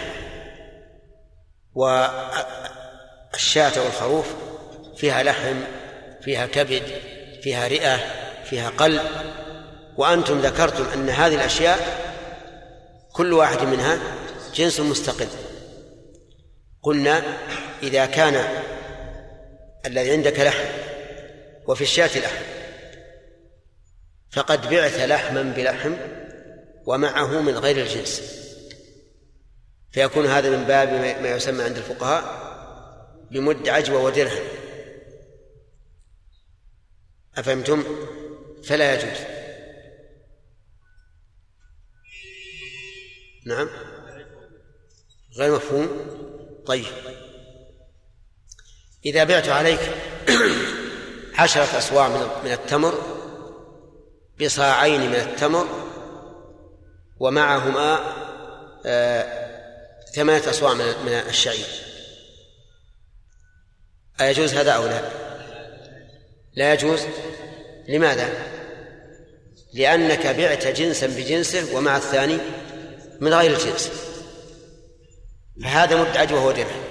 والشاة والخروف فيها لحم فيها كبد فيها رئة فيها قلب، وأنتم ذكرتم أن هذه الأشياء كل واحد منها جنس مستقل. قلنا إذا كان الذي عندك لحم وفي الشاة لحم فقد بعت لحما بلحم ومعه من غير الجنس، فيكون هذا من باب ما يسمى عند الفقهاء بمد عجوة ودرهم. أفهمتم؟ فلا يجوز. نعم غير مفهوم. طيب إذا بعت عليك 10 أسواع من التمر بصاعين من التمر ومعهما 8 أسواع من الشعير، أيجوز هذا أو لا؟ لا يجوز. لماذا؟ لأنك بعت جنسا بجنسه ومع الثاني من غير الجنس، فهذا مد عجوة ودرهم.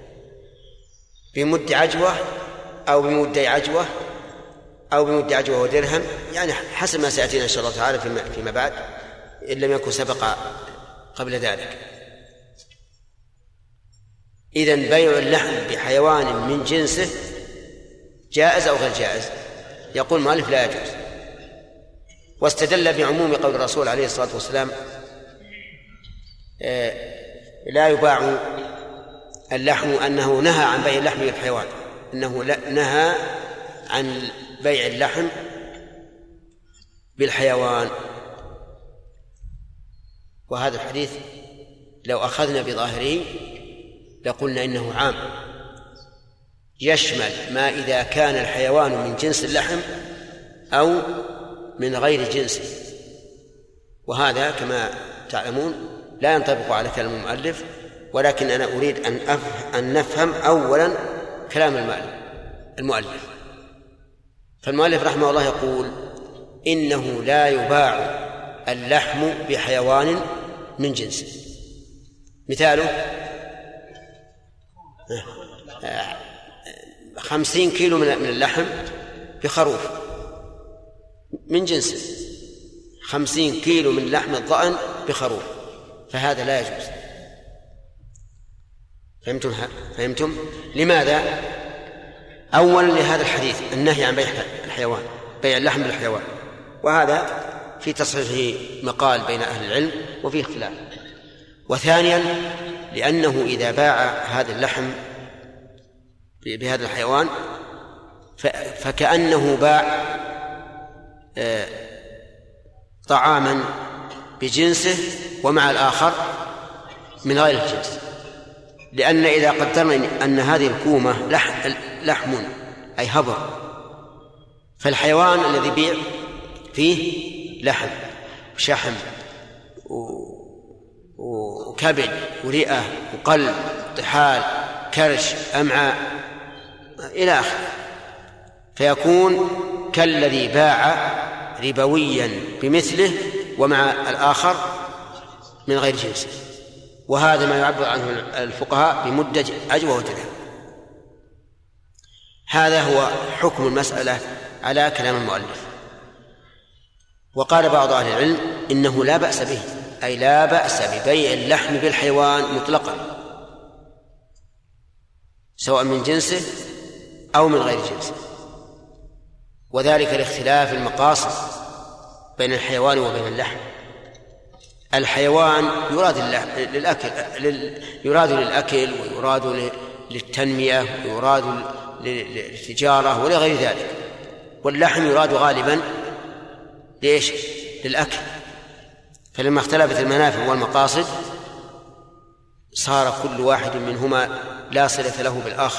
بمد عجوة أو بمد عجوة أو بمد عجوة ودرهم، يعني حسب ما سيأتينا إن شاء الله تعالى فيما بعد إن لم يكن سبق قبل ذلك. إذن بيع اللحم بحيوان من جنسه جائز أو غير جائز؟ يقول مؤلف لا يجوز، واستدل بعموم قول الرسول عليه الصلاة والسلام لا يباع اللحم، أنه نهى عن بيع اللحم بالحيوان، أنه نهى عن بيع اللحم بالحيوان. وهذا الحديث لو أخذنا بظاهره لقلنا إنه عام يشمل ما إذا كان الحيوان من جنس اللحم أو من غير جنسه، وهذا كما تعلمون لا ينطبق على كلام المؤلف، ولكن أنا أريد أن نفهم أولا كلام المؤلف. فالمؤلف رحمه الله يقول إنه لا يباع اللحم بحيوان من جنسه. مثاله 50 كيلو من اللحم بخروف من جنسه، 50 كيلو من لحم الضأن بخروف، فهذا لا يجوز. فهمتم؟ لماذا؟ أولا لهذا الحديث النهي عن بيع اللحم بالحيوان، وهذا في تصحيحه مقال بين أهل العلم وفيه اختلاف. وثانيا لأنه إذا باع هذا اللحم بهذا الحيوان فكأنه باع طعاما بجنسه ومع الآخر من غير الجنس، لأن إذا قدرنا أن هذه الكومة لحم أي هبر، فالحيوان الذي بيع فيه لحم وشحم وكبد ورئة وقلب طحال كرش أمعاء إلى آخره، فيكون كالذي باع ربويا بمثله ومع الآخر من غير جنسه، وهذا ما يعبر عنه الفقهاء بمدة عجوة ودرهم. هذا هو حكم المسألة على كلام المؤلف. وقال بعض أهل العلم إنه لا بأس به، أي لا بأس ببيع اللحم بالحيوان مطلقا سواء من جنسه أو من غير جنسه، وذلك لاختلاف المقاصد بين الحيوان وبين اللحم. الحيوان يراد للأكل ويراد للتنمية ويراد للتجارة ولغير ذلك، واللحم يراد غالبا ليش؟ للأكل. فلما اختلفت المنافع والمقاصد صار كل واحد منهما لا صلة له بالآخر.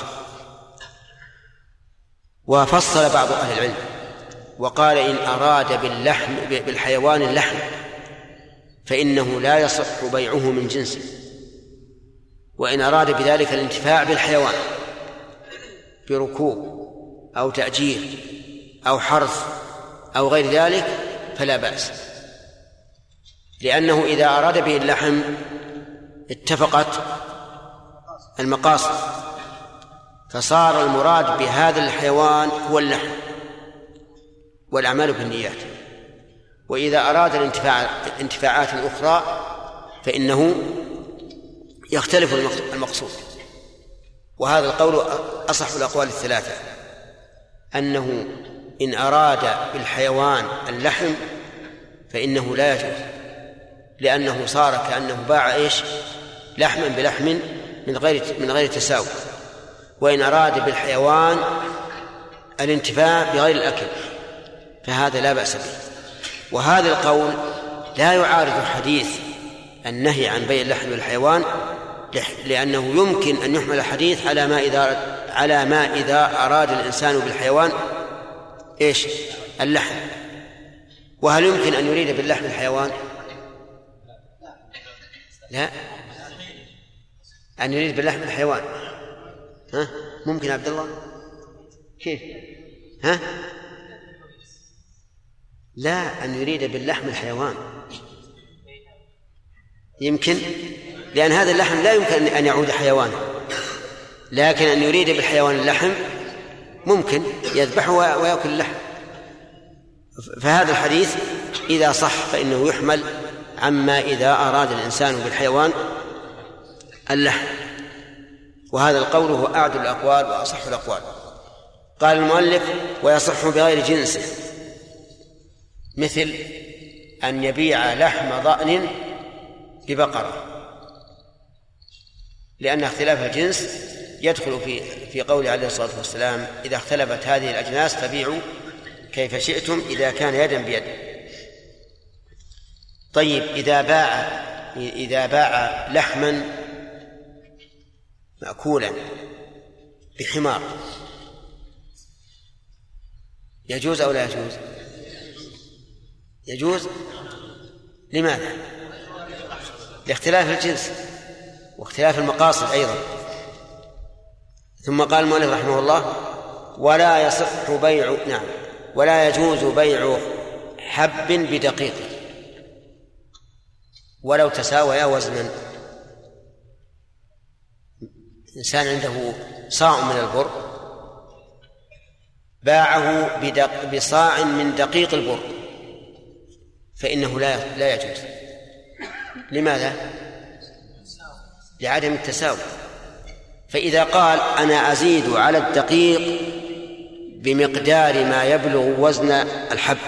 وفصل بعض أهل العلم وقال إن أراد بالحيوان اللحم فإنه لا يصح بيعه من جنسه، وإن أراد بذلك الانتفاع بالحيوان بركوب أو تأجير أو حرث أو غير ذلك فلا بأس، لأنه إذا أراد به اللحم اتفقت المقاصد، فصار المراد بهذا الحيوان هو اللحم والأعمال بالنيات. وإذا أراد الانتفاعات الأخرى فإنه يختلف المقصود. وهذا القول أصح الأقوال الثلاثة، أنه إن أراد بالحيوان اللحم فإنه لا يجوز، لأنه صار كأنه باع لحما بلحم من غير تساوي. وإن أراد بالحيوان الانتفاع بغير الأكل فهذا لا بأس به. وهذا القول لا يعارض حديث النهي عن بيع اللحم بالحيوان، لأنه يمكن أن يحمل الحديث على ما إذا أراد الإنسان بالحيوان اللحم. وهل يمكن أن يريد باللحم الحيوان؟ لا، أن يريد باللحم الحيوان ممكن عبد الله؟ كيف؟ لا، أن يريد باللحم الحيوان يمكن، لأن هذا اللحم لا يمكن أن يعود حيوانا، لكن أن يريد بالحيوان اللحم ممكن يذبحه ويأكل اللحم. فهذا الحديث إذا صح فإنه يحمل عما إذا أراد الإنسان بالحيوان اللحم. وهذا القول هو أعدل الأقوال وأصح الأقوال. قال المؤلف ويصح بغير جنسه، مثل أن يبيع لحم ضأن ببقرة، لأن اختلاف الجنس يدخل في قول عليه الصلاة والسلام إذا اختلفت هذه الأجناس فبيعوا كيف شئتم إذا كان يدا بيد. طيب إذا باع لحما مأكولا بحمار يجوز أو لا يجوز؟ يجوز. لماذا؟ لاختلاف الجنس واختلاف المقاصد أيضا. ثم قال المؤلف رحمه الله ولا يصح بيع ولا يجوز بيع حب بدقيق ولو تساويا وزنا. إنسان عنده صاع من البر باعه بصاع من دقيق البر فإنه لا يجوز. لماذا؟ لعدم التساوي. فإذا قال أنا أزيد على الدقيق بمقدار ما يبلغ وزن الحب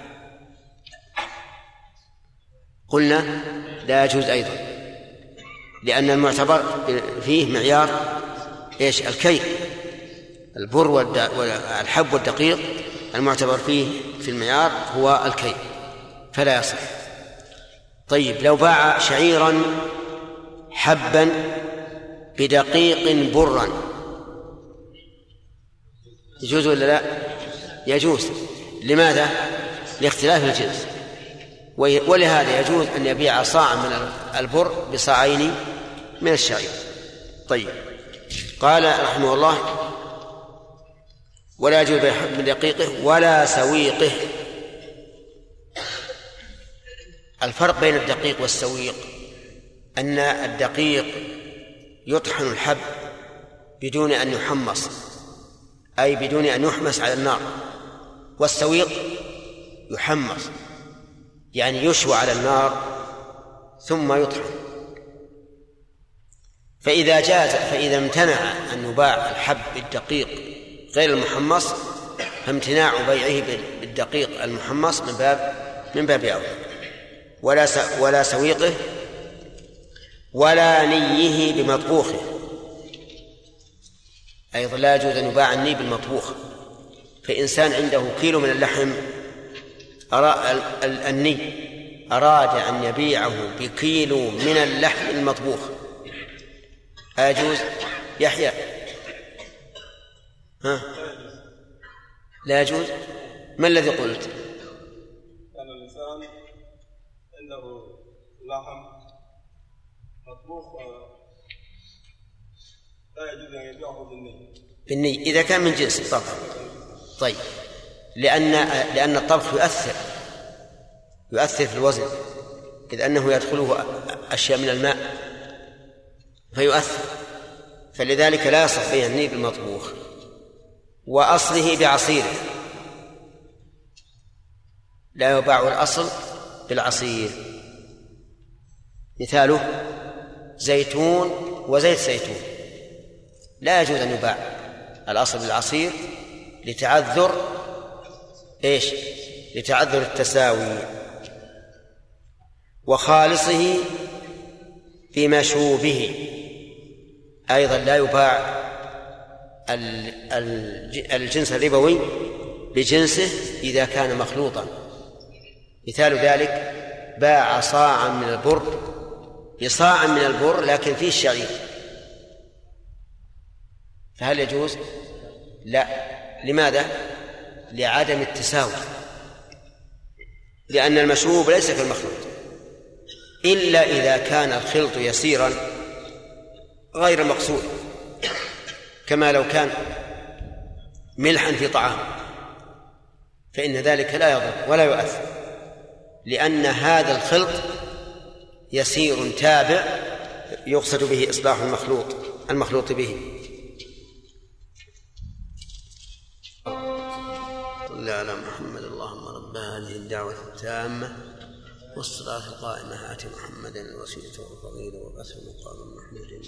قلنا لا يجوز أيضا، لأن المعتبر فيه معيار الكيل. البر والحب والدقيق المعتبر فيه في المعيار هو الكيل، فلا يصح. طيب لو باع شعيرا حبا بدقيق برا يجوز ولا لا؟ يجوز. لماذا؟ لاختلاف الجنس. ولهذا يجوز أن يبيع صاعا من البر بصاعين من الشعير. طيب قال رحمه الله ولا يجوز بيع حب بدقيقه ولا سويقه. الفرق بين الدقيق والسويق أن الدقيق يطحن الحب بدون أن يحمص، أي بدون أن يحمس على النار، والسويق يحمص يعني يشوى على النار ثم يطحن. فإذا امتنع أن يباع الحب بالدقيق غير المحمص فامتناع بيعه بالدقيق المحمص من باب أولى. ولا سويقه ولا نيه بمطبوخه. أيضا لا يجوز أن يباع الني بالمطبوخ. فإنسان عنده كيلو من اللحم الني أراد أن يبيعه بكيلو من اللحم المطبوخ، أيجوز يحيى؟ لا يجوز. ما الذي قلت؟ أن الإنسان عنده لحم مطبوخ لا يجوز أن يبيعه بالني إذا كان من جنس الطبخ. طيب، لأن الطبخ يؤثر في الوزن، إذ أنه يدخله أشياء من الماء فيؤثر، فلذلك لا يصح بيع الني بالمطبوخ. وأصله بعصيره، لا يباع الأصل بالعصير. مثاله زيتون وزيت زيتون، لا يجوز أن يباع الأصل بالعصير لتعذر التساوي. وخالصه بمشوبه، أيضا لا يباع الجنس الربوي بجنسه إذا كان مخلوطا. مثال ذلك باع صاعا من البر بصاع من البر لكن فيه الشعير، فهل يجوز؟ لا. لماذا؟ لعدم التساوي، لأن المشروب ليس كالمخلوط، إلا إذا كان الخلط يسيرا غير مقصود، كما لو كان ملحا في طعام، فإن ذلك لا يضر ولا يؤثر، لأن هذا الخلط يسير تابع يقصد به إصلاح المخلوط به. صل على محمد. اللهم رب هذه الدعوة التامة والصلاة القائمة آت محمدا الوسيلة والفضيلة وبعثه مقام محمود.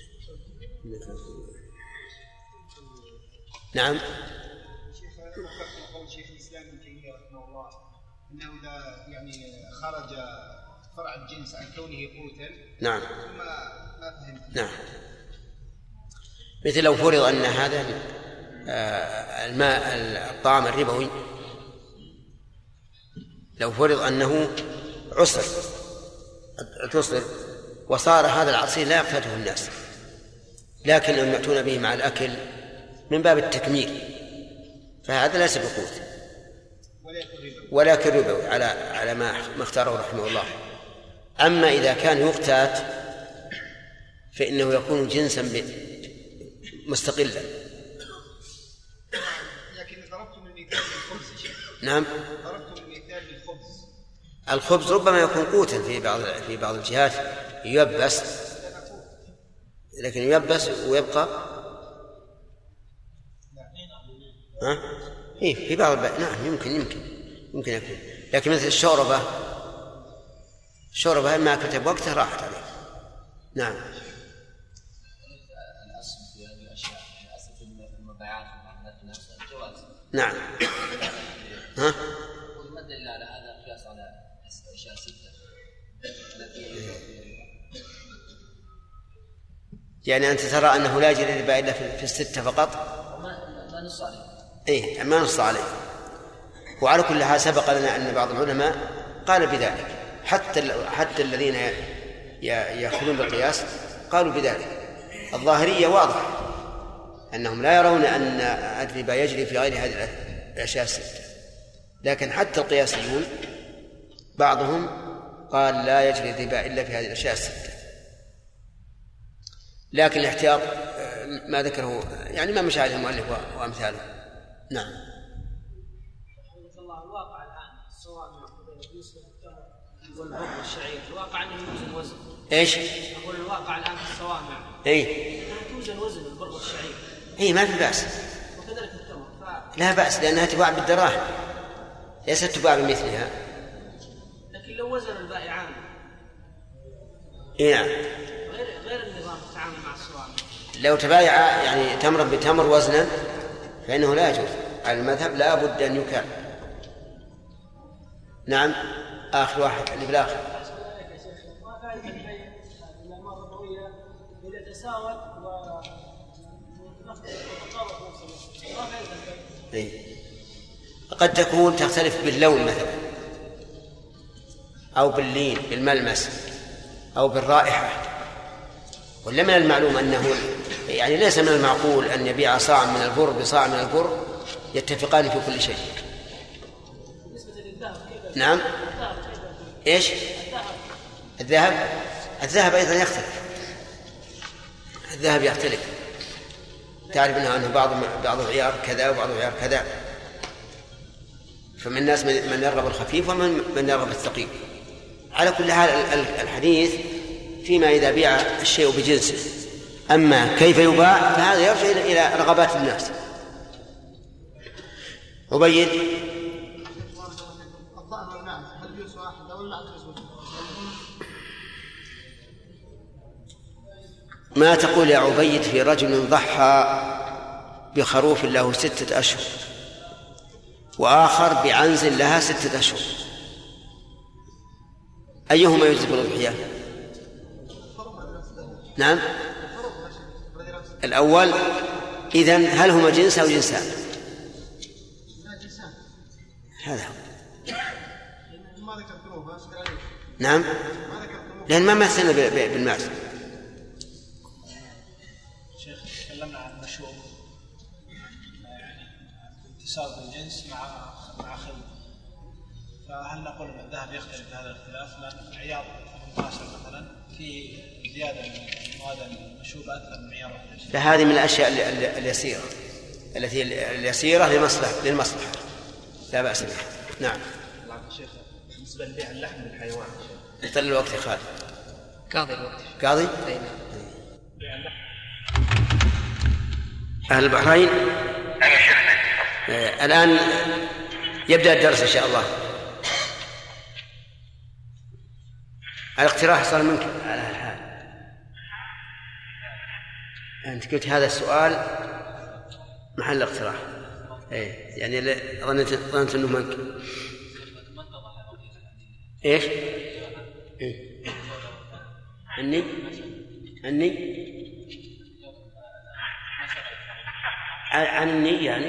نعم. قول شيخ الإسلام ابن تيمية رحمه الله أنه إذا خرج فرع الجنس عن كونه قوتا. نعم. ثم ما فهمت. نعم. مثل لو فرض أن هذا الماء الطعام الربوي لو فرض أنه عسر وصار هذا العصير لا يقتاته الناس، لكنهم يأتون به مع الأكل من باب التكميل، فهذا ليس بقوت ولا كربوي على ما اختاره رحمه الله. أما إذا كان يقتات فإنه يكون جنسا مستقلا. لكن ضربت من مثال الخبز. نعم. ضربت من مثال الخبز. الخبز ربما يكون قوتا في بعض الجهات ييبس، لكن ييبس ويبقى في بعض نعم يمكن يكون، لكن مثل الشوربة ما كتب وقتها راحت عليه. نعم. الأصل في هذه الأشياء الأصل في المبيعات نفسها الجواز. نعم. وما الدليل على هذا القياس على أشياء ستة؟ يعني أنت ترى أنه لا يجري الربا إلا في الستة فقط؟ ما نص عليه. ما نص عليه. وعلى كل حال سبق لنا أن بعض العلماء قال بذلك، حتى الذين يأخذون بالقياس قالوا بذلك. الظاهرية واضح أنهم لا يرون أن الربا يجري في غير هذه الأشياء الستة، لكن حتى القياسيون بعضهم قال لا يجري الربا إلا في هذه الأشياء الستة. لكن الاحتياط ما ذكره يعني ما مشى عليه المؤلف وأمثاله. نعم. الواقع الآن سواء بالنسبة للتمر والعرق والشعير، الواقع أنه يوزن وزن. إيش؟ أقول الواقع الآن في الصوامع. توزن وزن البر والشعير. ما في بأس. وكذلك التمر. لا بأس لأنها تباع بالدراهم، ليست تباع بمثلها. لكن لو وزن البائعان. نعم. غير النظام التعامل مع الصوامع. لو تبايع يعني تمرا بتمر وزنا فإنه لا يجوز على المذهب، لا بد أن يكال. نعم. آخر واحد اللي بالآخر. ما فائدة البيع الأعمال الربوية إذا تساوت قد تكون تختلف باللون مثلا أو باللين بالملمس أو بالرائحة، ولا من المعلوم أنه يعني ليس من المعقول أن يبيع صاع من البر بصاع من البر يتفقان في كل شيء. نعم. إيش؟ الذهب أيضا يختلف. الذهب يختلف، تعرف أنه بعض العيار كذا وبعض العيار كذا، فمن الناس من يرغب الخفيف ومن يرغب الثقيل. على كل حال الحديث فيما إذا بيع الشيء بجنسه، أما كيف يباع فهذا يرجع إلى رغبات الناس. عبيد. ما تقول يا عبيد في رجل ضحى بخروف له 6 أشهر وآخر بعنز لها 6 أشهر، أيهما يجزي بالأضحية؟ نعم الأول. إذن هل هما جنس أو جنسان؟ هذا نعم، لأن ما مثلنا بالماس. شيخ تكلمنا عن المشروع يعني اتصال بالجنس مع خل، فهل نقول ان الذهب يختلف هذا الاختلاف؟ لأن عيار 18 مثلا في زيادة من مواد المشروب أكثر من عيار 21. فهذه من الأشياء اليسيرة التي اليسيرة للمصلحة لا بأس بها. نعم. شيخ بالنسبة لبيع اللحم للحيوان اختل الوقت يا خالد. قاضي الوقت. قاضي؟ أهل البحرين الآن يبدأ الدرس إن شاء الله. الاقتراح صار منك على الحال. أنت قلت هذا السؤال محل اقتراح. يعني ظننت أنه منك. إيش؟ أني عن النية يعني.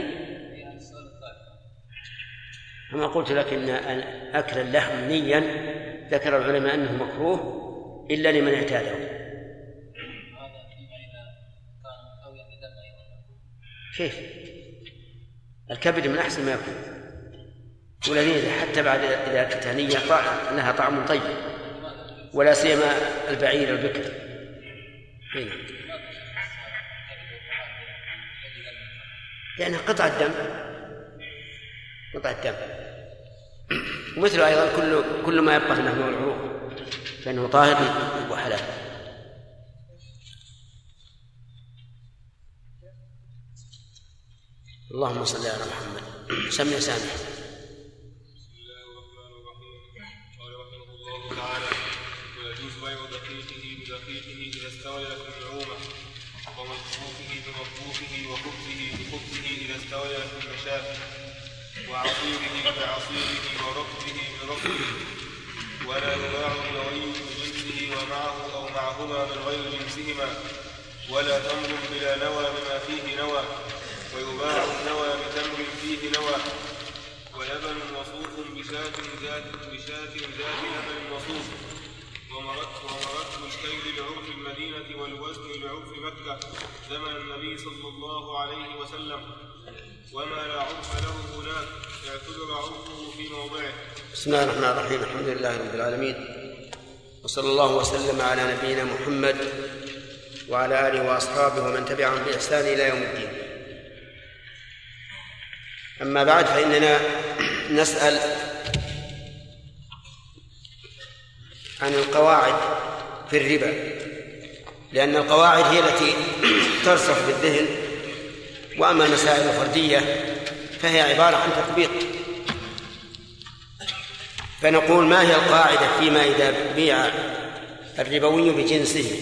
كما قلت لك إن أكل اللحم نيا ذكر العلماء أنه مكروه إلا لمن اعتاده. كيف؟ الكبد من أحسن ما يكون، والذين حتى بعد إذا أكلتها نية لها طعم طيب، ولا سيما البعير البكر. لأنها قطعة دم، ومثل أيضا كل ما يبقى في اللحم والعروق فإنه طاهر وحلال. اللهم صل على محمد. سمع سامع. بسم الله الرحمن الرحيم. قال رحمه الله تعالى: ويجوز بيع دقيقه بدقيقه إذا استوى لكم نعومه، ومطبوخه بمطبوخه، وخبزه بخبزه إذا استوى لكم نشاء، وعصيره بعصيره، ورطبه برطبه، ولا يباع النوي بجنسه ومعه أو معهما من غير جنسهما، ولا تمر بلا نوى بما فيه نوى، ويباع النوى بتمر فيه نوى، ولبن مصوف بشاة ذات لبن مصوف، ومرته الكيل لعرف المدينة والوزن لعرف مكة زمن النبي صلى الله عليه وسلم، وما لا عرف له هناك اعتبر عرفه في موضعه. بسم الله الرحمن الرحيم. الحمد لله رب العالمين، وصلى الله وسلم على نبينا محمد وعلى آله وأصحابه ومن تبعهم بإحسان إلى يوم الدين. أما بعد، فإننا نسأل عن القواعد في الربا، لأن القواعد هي التي ترسخ بالذهن، وأما المسائل الفردية فهي عبارة عن تطبيق. فنقول: ما هي القاعدة فيما إذا بيع الربوي بجنسه؟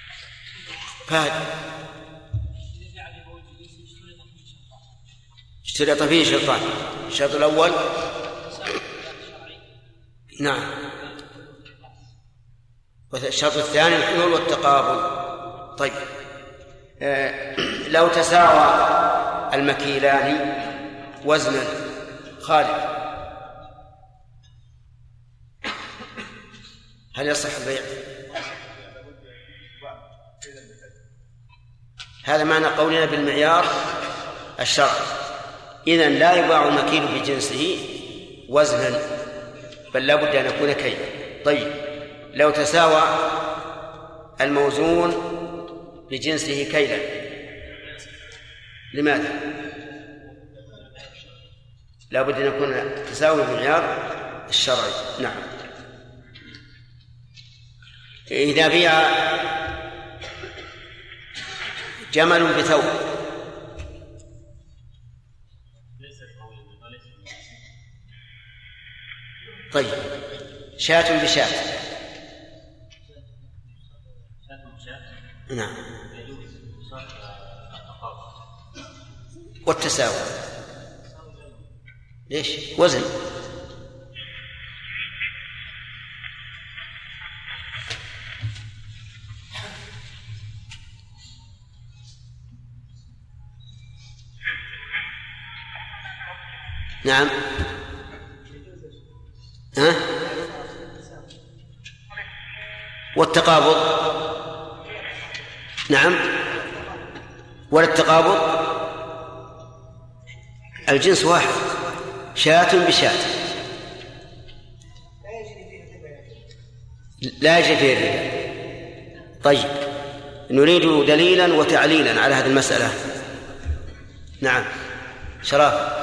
فهد شرط فيه شرطان. الشرط الأول نعم، والشرط الثاني الحلول والتقابل. طيب لو تساوى المكيلان وزنا خالد هل يصح البيع؟ هذا معنى قولنا بالمعيار الشرعي. إذن لا يباع المكيل بجنسه وزنا، بل لا بد أن يكون كيلا. طيب لو تساوى الموزون بجنسه كيلا لماذا؟ لا بد أن يكون تساوي بالمعيار الشرعي. نعم. إذا بيع جمل بثوب طيب شاة بشاة نعم والتساوي ليش؟ وزن. نعم. ها؟ والتقابض نعم، ولا التقابض الجنس واحد، شاة بشاة لا يجري فيه الربا. طيب نريد دليلا وتعليلا على هذه المسألة. نعم شراف.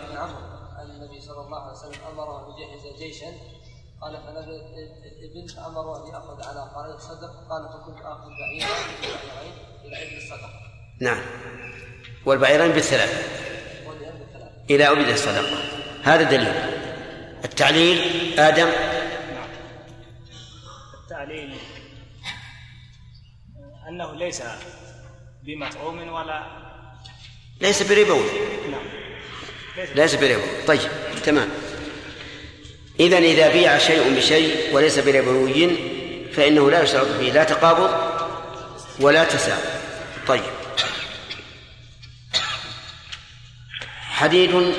قال فنزل أمر أن يأخذ على قرية صدق، قال فكنت آخذ بعيرين إلى ابن الصدقة. نعم والبعيرين بالثلاث إلى أبد الصدقة. هذا دليل. التعليل آدم. نعم. التعليل أنه ليس بمطعوم ولا ليس بربوي. نعم ليس بربوي. طيب تمام. إذن إذا بيع شيء بشيء وليس بربوي فإنه لا يشترط فيه لا تقابض ولا تساوي. طيب حديد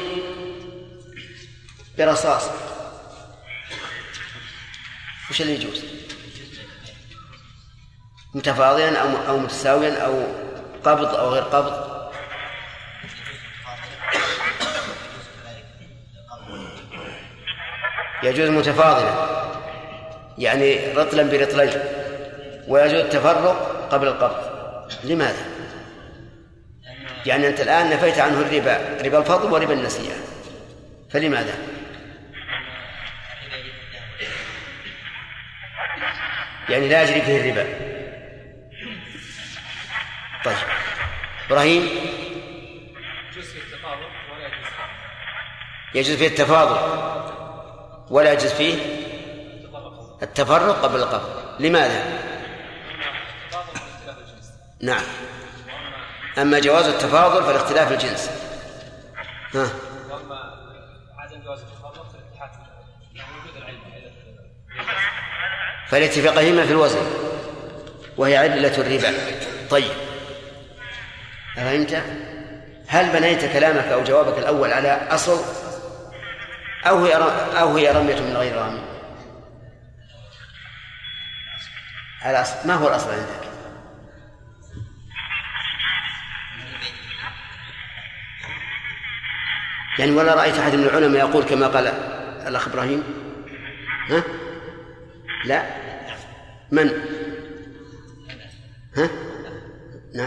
برصاص وش اللي يجوز؟ متفاضلا أو متساويا أو قبض أو غير قبض؟ يجوز متفاضلا يعني رطلا برطلين، ويجوز التفرق قبل القبض. لماذا؟ يعني أنت الآن نفيت عنه الربا، ربا الفضل وربا النسيئة، فلماذا؟ يعني لا يجري فيه الربا. طيب إبراهيم. يجوز فيه التفاضل ولا يجوز فيه التفرق قبل القبض. لماذا؟ نعم. أما جواز التفاضل فالاختلاف الجنس. ها. فالاتفاقهما في الوزن وهي علة الربا. طيب أفهمت؟ هل بنيت كلامك أو جوابك الأول على أصل أو هي رمية من غير رامي؟ على أصل. ما هو الأصل عندك؟ يعني ولا رأيت أحد من العلماء يقول كما قال الأخ إبراهيم؟ ها؟ لا. من؟ ها؟ نعم.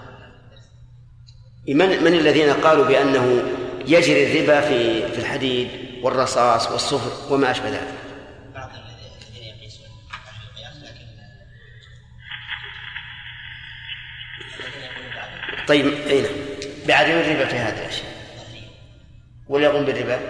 من الذين قالوا بأنه يجري الربا في الحديد والرصاص والصفر وما أشبه ذلك؟ بعض الذين يقيسون على القياس لكن طيب أين بعدم الربا في هذه الأشياء ولا يقوم بالربا؟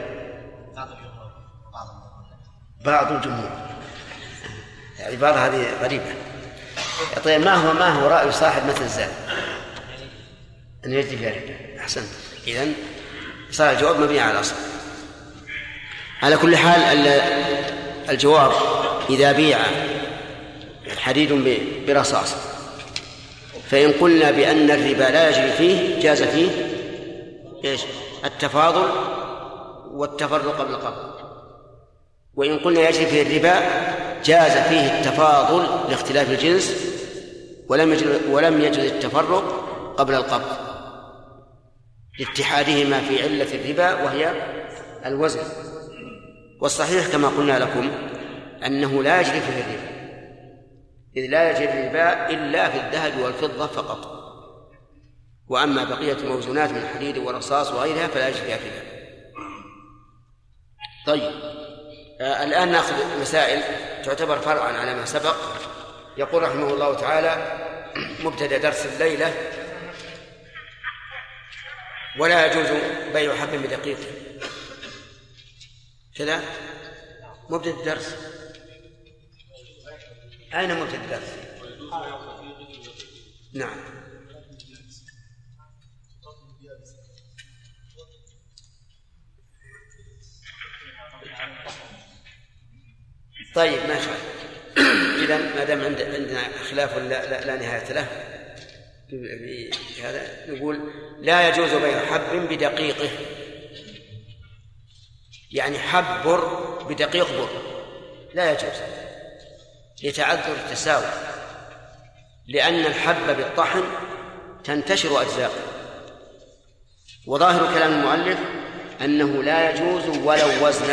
بعض الجمهور. العبارة هذه غريبة. طيب ما هو رأي صاحب مثل الزاد أن يجري فيها الربا؟ أحسنت. إذن صار الجواب مبني على الأصل. على كل حال الجواب إذا بيع حديد برصاص فإن قلنا بأن الربا لا يجري فيه جاز فيه إيش؟ التفاضل والتفرق قبل القبض. وإن قلنا يجري فيه الربا جاز فيه التفاضل لاختلاف الجنس ولم يجوز التفرق قبل القبض لاتحادهما في علة الربا وهي الوزن. والصحيح كما قلنا لكم أنه لا يجري فيه الربا، إذ لا يجري الربا إلا في الذهب والفضة فقط، وأما بقية الموزونات من الحديد والرصاص وغيرها فلا يجري فيها الربا. طيب الآن نأخذ مسائل تعتبر فرعا على ما سبق. يقول رحمه الله تعالى مبتدأ درس الليلة: ولا يجوز بيع حب بدقيق. كذا مبتدأ الدرس. أين مبتدأ الدرس؟ نعم. طيب ما شاء الله. إذن ما دام عندنا خلاف لا نهاية له هذا نقول لا يجوز بيع حب بدقيقه، يعني حب بر بدقيق بر لا يجوز لتعذر التساوي، لأن الحب بالطحن تنتشر أجزاء. وظاهر كلام المؤلف أنه لا يجوز ولو وزنا،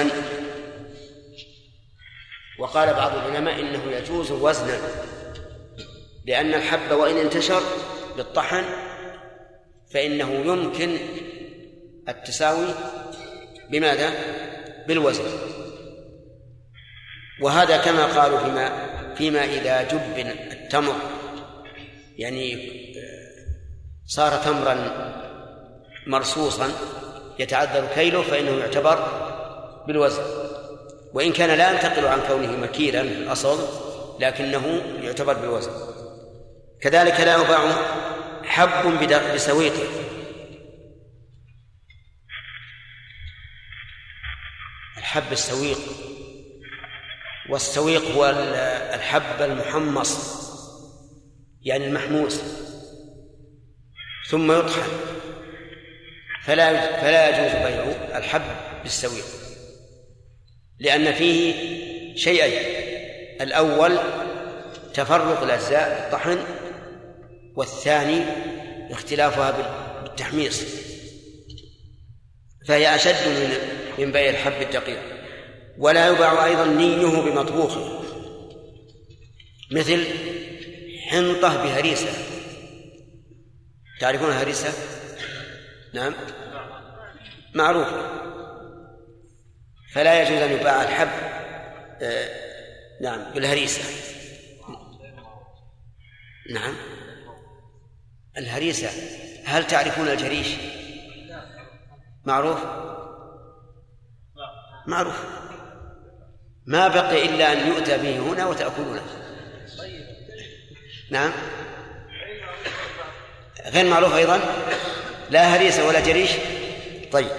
وقال بعض العلماء إنه يجوز وزنا، لأن الحب وإن انتشر بالطحن فإنه يمكن التساوي بماذا؟ بالوزن. وهذا كما قالوا فيما إذا جبن التمر، يعني صار تمرا مرصوصا يتعذر كيله فإنه يعتبر بالوزن، وإن كان لا ينتقل عن كونه مكيلا في الأصل لكنه يعتبر بالوزن. كذلك لا يباع حب بسويقه، الحب السويق، والسويق هو الحب المحمص يعني المحموس ثم يطحن، فلا يجوز بيع الحب بالسويق، لأن فيه شيئين: الأول تفرق الأجزاء بالطحن، والثاني اختلافها بالتحميص، فهي أشد من بيع الحب الدقيق. ولا يباع أيضا نيه بمطبوخه، مثل حنطة بهريسة. تعرفون هريسة؟ نعم معروف. فلا يجوز أن يباع الحب نعم بالهريسة. نعم الهريسة. هل تعرفون الجريش؟ معروف؟ معروف، ما بقي إلا أن يؤتى به هنا وتأكلونه. نعم غير معروف أيضا، لا هريسة ولا جريش. طيب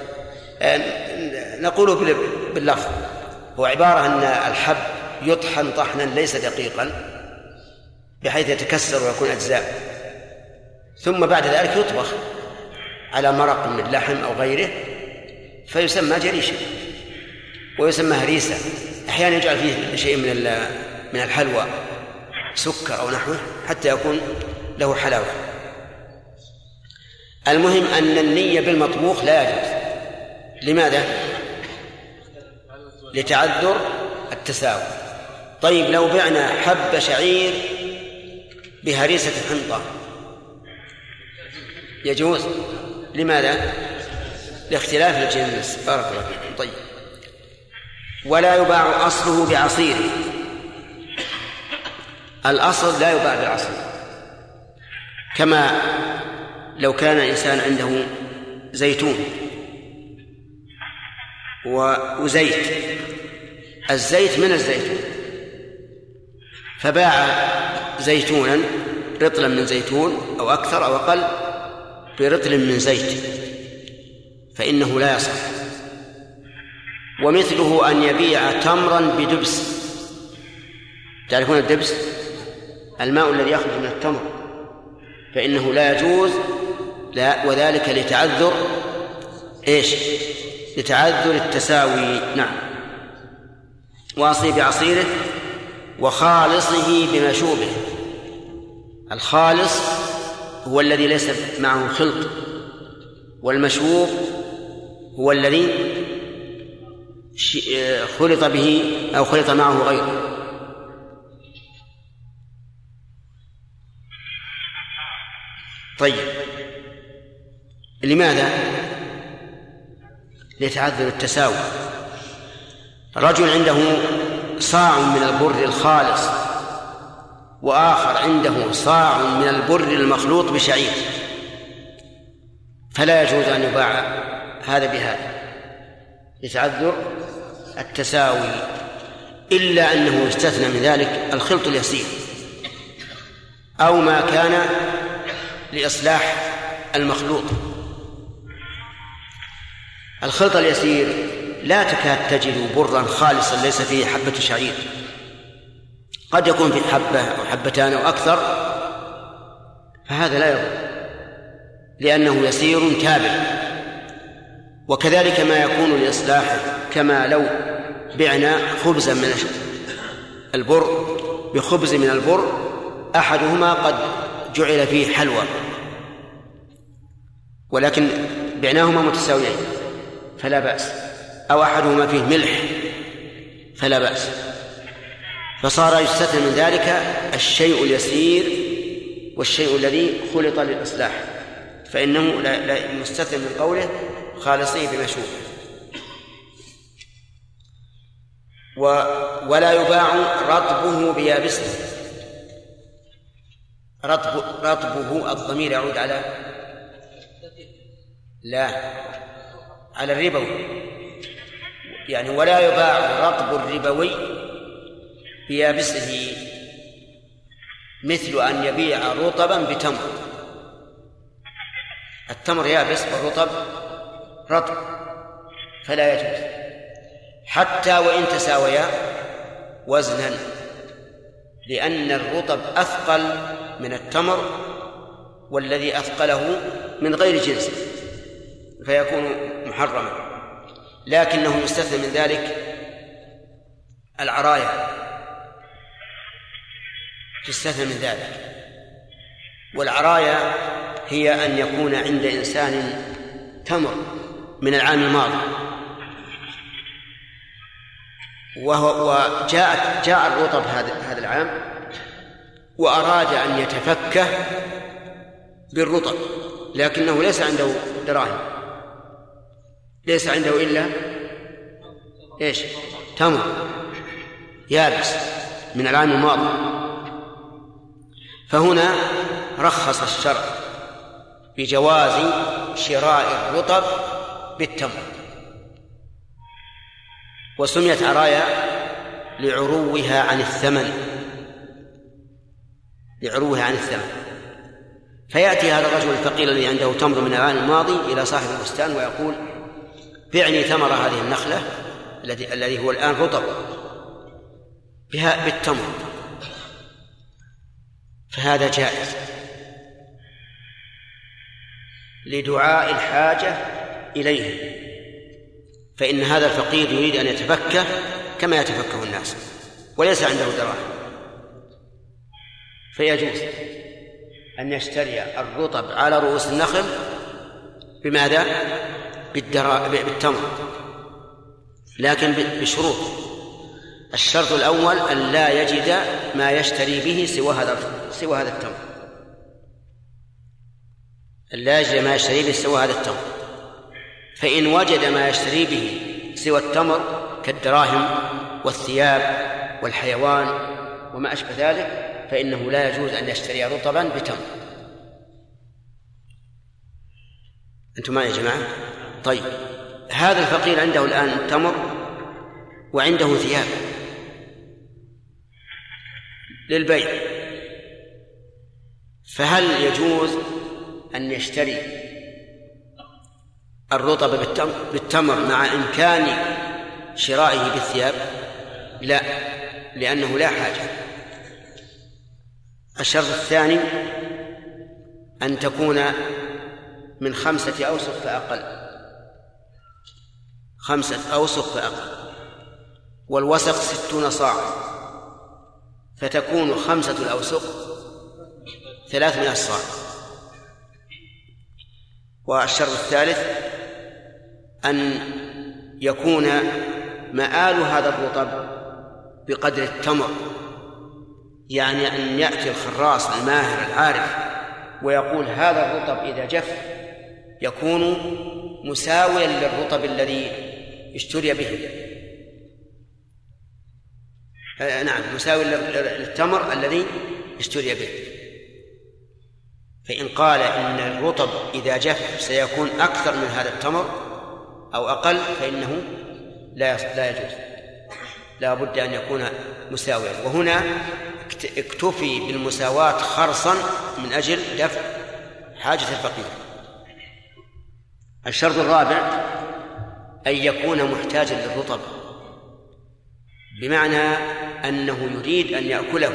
نقول باللفظ، هو عبارة أن الحب يطحن طحنا ليس دقيقا بحيث يتكسر ويكون أجزاء، ثم بعد ذلك يطبخ على مرق من لحم أو غيره فيسمى جريشا ويسمى هريسة. أحيانا يجعل فيه شيء من الحلوى، سكر أو نحوه، حتى يكون له حلاوة. المهم أن النية بالمطبوخ لا يجوز. لماذا؟ لتعذر التساوي. طيب لو بعنا حب شعير بهريسة حنطة يجوز. لماذا؟ لاختلاف الجنس. بارك الله فيكم. طيب ولا يباع أصله بعصيره. الأصل لا يباع بالعصير، كما لو كان إنسان عنده زيتون وزيت، الزيت من الزيتون، فباع زيتونا رطلا من زيتون أو أكثر أو أقل برطل من زيت، فإنه لا يصح. ومثله أن يبيع تمرا بدبس. تعرفون الدبس؟ الماء الذي يخرج من التمر، فإنه لا يجوز، لا، وذلك لتعذر إيش؟ لتعذر التساوي. نعم. وأصلي بعصيره وخالصه بمشوبه. الخالص هو الذي ليس معه خلط، والمشوب هو الذي خلط به أو خلط معه غيره. طيب، لماذا؟ لتعذر التساوي. رجل عنده صاع من البر الخالص، وآخر عنده صاع من البر المخلوط بشعير، فلا يجوز أن يباع هذا بهذا لتعذر التساوي، إلا أنه يستثنى من ذلك الخلط اليسير أو ما كان لإصلاح المخلوط. الخلط اليسير لا تكاد تجد برا خالصا ليس فيه حبة شعير، قد يكون في حبة أو حبتان أو أكثر، فهذا لا يضر لأنه يسير كامل. وكذلك ما يكون لإصلاحه، كما لو بعنا خبزا من البر بخبز من البر أحدهما قد جعل فيه حلوى ولكن بعناهما متساويين فلا بأس، أو أحدهما فيه ملح فلا بأس، فصار يستثنى من ذلك الشيء اليسير والشيء الذي خلط للإصلاح، فإنه لا يستثنى من قوله خالصيه بمشوب. ولا يباع رطبه بيابسه. رطبه الضمير يعود على على الربوي، يعني ولا يباع رطب الربوي بيابسه، مثل أن يبيع رطبا بتمر. التمر يابس والرطب رطب، فلا يجوز حتى وإن تساويا وزنا، لأن الرطب أثقل من التمر، والذي أثقله من غير جنسه فيكون محرما. لكنه يستثنى من ذلك العرايا، تستثنى من ذلك. والعرايا هي أن يكون عند إنسان تمر من العام الماضي وجاء الرطب هذا العام وأراد أن يتفكه بالرطب، لكنه ليس عنده دراهم، ليس عنده إلا إيش؟ تمر يابس من العام الماضي. فهنا رخص الشرع بجواز شراء الرطب بالتمر، وسميت عرايا لعروها عن الثمن، لعروها عن الثمن. فيأتي هذا الرجل الفقير الذي عنده تمر من العام الماضي إلى صاحب البستان ويقول بعني ثمر هذه النخلة الذي هو الآن رطب بها بالتمر، فهذا جائز لدعاء الحاجة إليه، فإن هذا الفقير يريد أن يتفكه كما يتفكه الناس وليس عنده دراهم، فيجوز أن يشتري الرطب على رؤوس النخل بماذا؟ بالتمر، لكن بشروط. الشرط الأول أن لا يجد ما يشتري به سوى هذا التمر، لا يجد ما يشتري به سوى هذا التمر. فإن وجد ما يشتري به سوى التمر كالدراهم والثياب والحيوان وما أشبه ذلك فإنه لا يجوز أن يشتري رطبا بتمر. أنتم معي يا جماعة؟ طيب، هذا الفقير عنده الآن تمر وعنده ثياب للبيع، فهل يجوز أن يشتري الرطب بالتمر مع إمكان شرائه بالثياب؟ لا، لأنه لا حاجة. الشرط الثاني أن تكون من 5 أوسق فأقل، 5 أوسق فأقل، والوسق 60 صاعا، فتكون 5 الأوسق 300 صاع. والشرط الثالث أن يكون مآل هذا الرطب بقدر التمر، يعني أن يأتي الخراص الماهر العارف ويقول هذا الرطب إذا جف يكون مساويا للرطب الذي اشتري به، نعم مساوي للتمر الذي اشتري به. فإن قال إن الرطب إذا جف سيكون أكثر من هذا التمر أو أقل فإنه لا يجوز، لا بد أن يكون مساويا. وهنا اكتفي بالمساواة خرصا من أجل دفع حاجة الفقير. الشرط الرابع أن يكون محتاجا للرطب، بمعنى أنه يريد أن يأكله،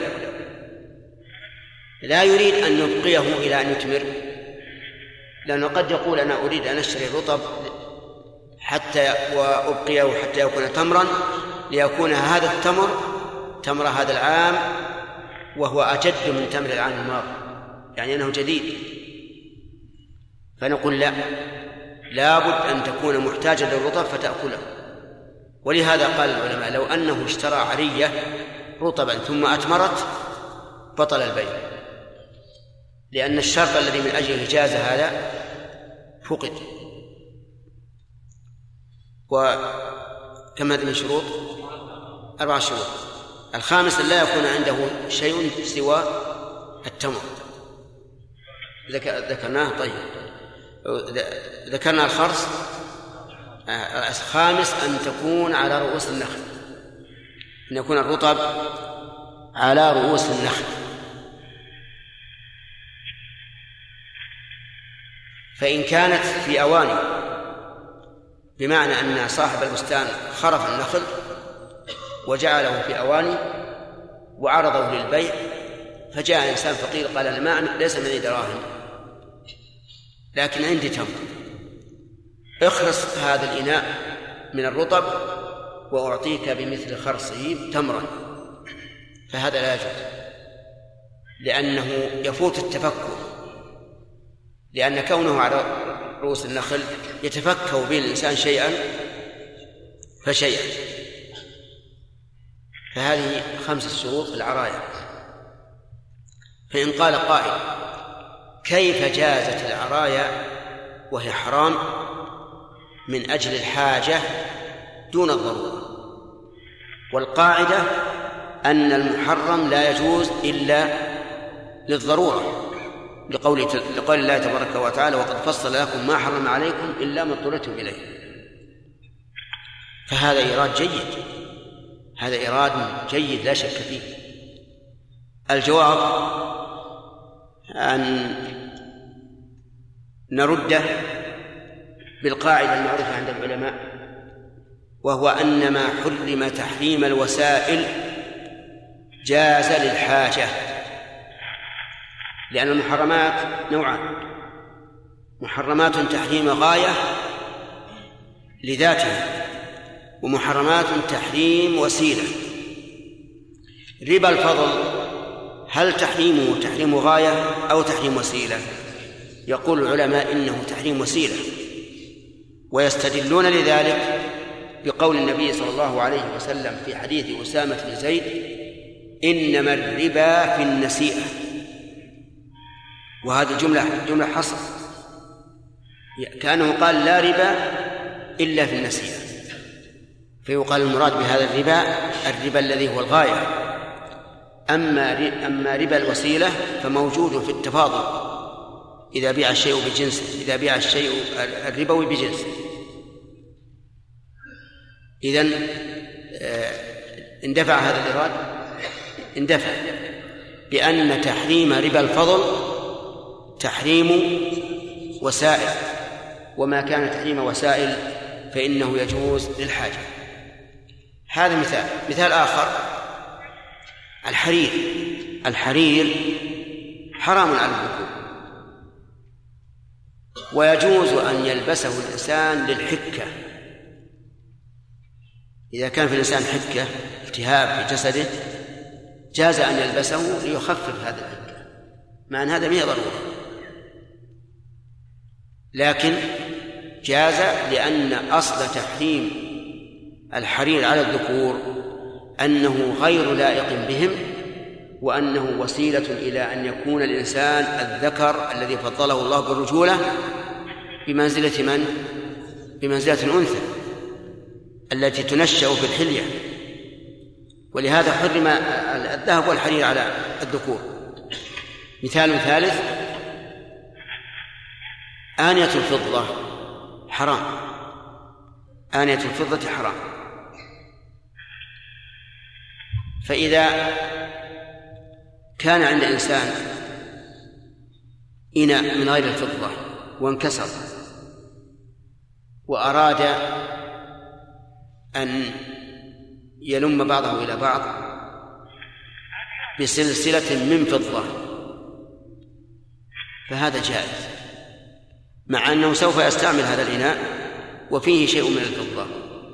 لا يريد أن يبقيه إلى أن يتمر، لأنه قد يقول أنا أريد أن أشتري الرطب حتى وأبقيه حتى يكون تمرا، ليكون هذا التمر تمر هذا العام وهو أجد من تمر العام الماضي، يعني أنه جديد. فنقول لا بد أن تكون محتاجا للرطب فتأكله. ولهذا قال العلماء لو أنه اشترى عرية رطبا ثم أتمرت بطل البيع، لأن الشرط الذي من أجله جاز هذا فقد. وكما من شروط 4 شروط. الخامس أن لا يكون عنده شيء سوى التمر، ذكرناه. طيب ذكرنا الخرص. الخامس أن تكون على رؤوس النخل، أن يكون الرطب على رؤوس النخل. فإن كانت في أواني، بمعنى أن صاحب البستان خرف النخل وجعله في أواني وعرضه للبيع، فجاء إنسان فقير قال أنا ليس معي دراهم لكن عندي تمر، اخرس هذا الإناء من الرطب وأعطيك بمثل خرصه تمرا، فهذا لا يجوز، لأنه يفوت التفكر، لأن كونه على رؤوس النخل يتفكر به الإنسان شيئا فشيئا. فهذه 5 شروط في العرايا. فإن قال قائل كيف جازت العرايا وهي حرام من أجل الحاجة دون الضرورة؟ والقاعدة أن المحرم لا يجوز إلا للضرورة، لقول الله تبارك وتعالى وقد فصل لكم ما حرم عليكم إلا ما اضطررتم إليه. فهذا إيراد جيد، هذا إيراد جيد لا شك فيه. الجواب أن نرده بالقاعدة المعروفة عند العلماء، وهو أن ما حرم تحريم الوسائل جاز للحاجة، لأن المحرمات نوعان: محرمات تحريم غاية لذاتها، ومحرمات تحريم وسيلة. ربا الفضل هل تحريمه تحريم غاية أو تحريم وسيلة؟ يقول العلماء إنه تحريم وسيلة، ويستدلون لذلك بقول النبي صلى الله عليه وسلم في حديث أسامة بن زيد: إنما الربا في النسيئة. وهذه جملة حصر، كأنه قال لا ربا إلا في النسيئة، فيقال المراد بهذا الربا الذي هو الغاية. أما ربا الوسيلة فموجود في التفاضل، إذا بيع الشيء بجنسه، إذا بيع الشيء الربوي بجنسه. إذن اندفع هذا الإيراد، اندفع بأن تحريم ربا الفضل تحريم وسائل، وما كان تحريم وسائل فإنه يجوز للحاجة. هذا مثال آخر الحرير حرام على الذكور، ويجوز أن يلبسه الإنسان للحكة. إذا كان في الإنسان حكة التهاب في جسده جاز أن يلبسه ليخفف هذا الحكة، مع أن هذا ما هي ضرورة، لكن جاز لأن أصل تحريم الحرير على الذكور أنه غير لائق بهم، وأنه وسيلة إلى أن يكون الإنسان الذكر الذي فضله الله بالرجولة بمنزلة من؟ بمنزلة الأنثى التي تنشأ في الحلية، ولهذا حرم الذهب والحرير على الذكور. مثال ثالث آنية الفضة حرام، آنية الفضة حرام. فإذا كان عند إنسان إناء من غير الفضة وانكسر وأراد أن يلم بعضه إلى بعض بسلسلة من فضة فهذا جائز، مع أنه سوف يستعمل هذا الإناء وفيه شيء من الفضة،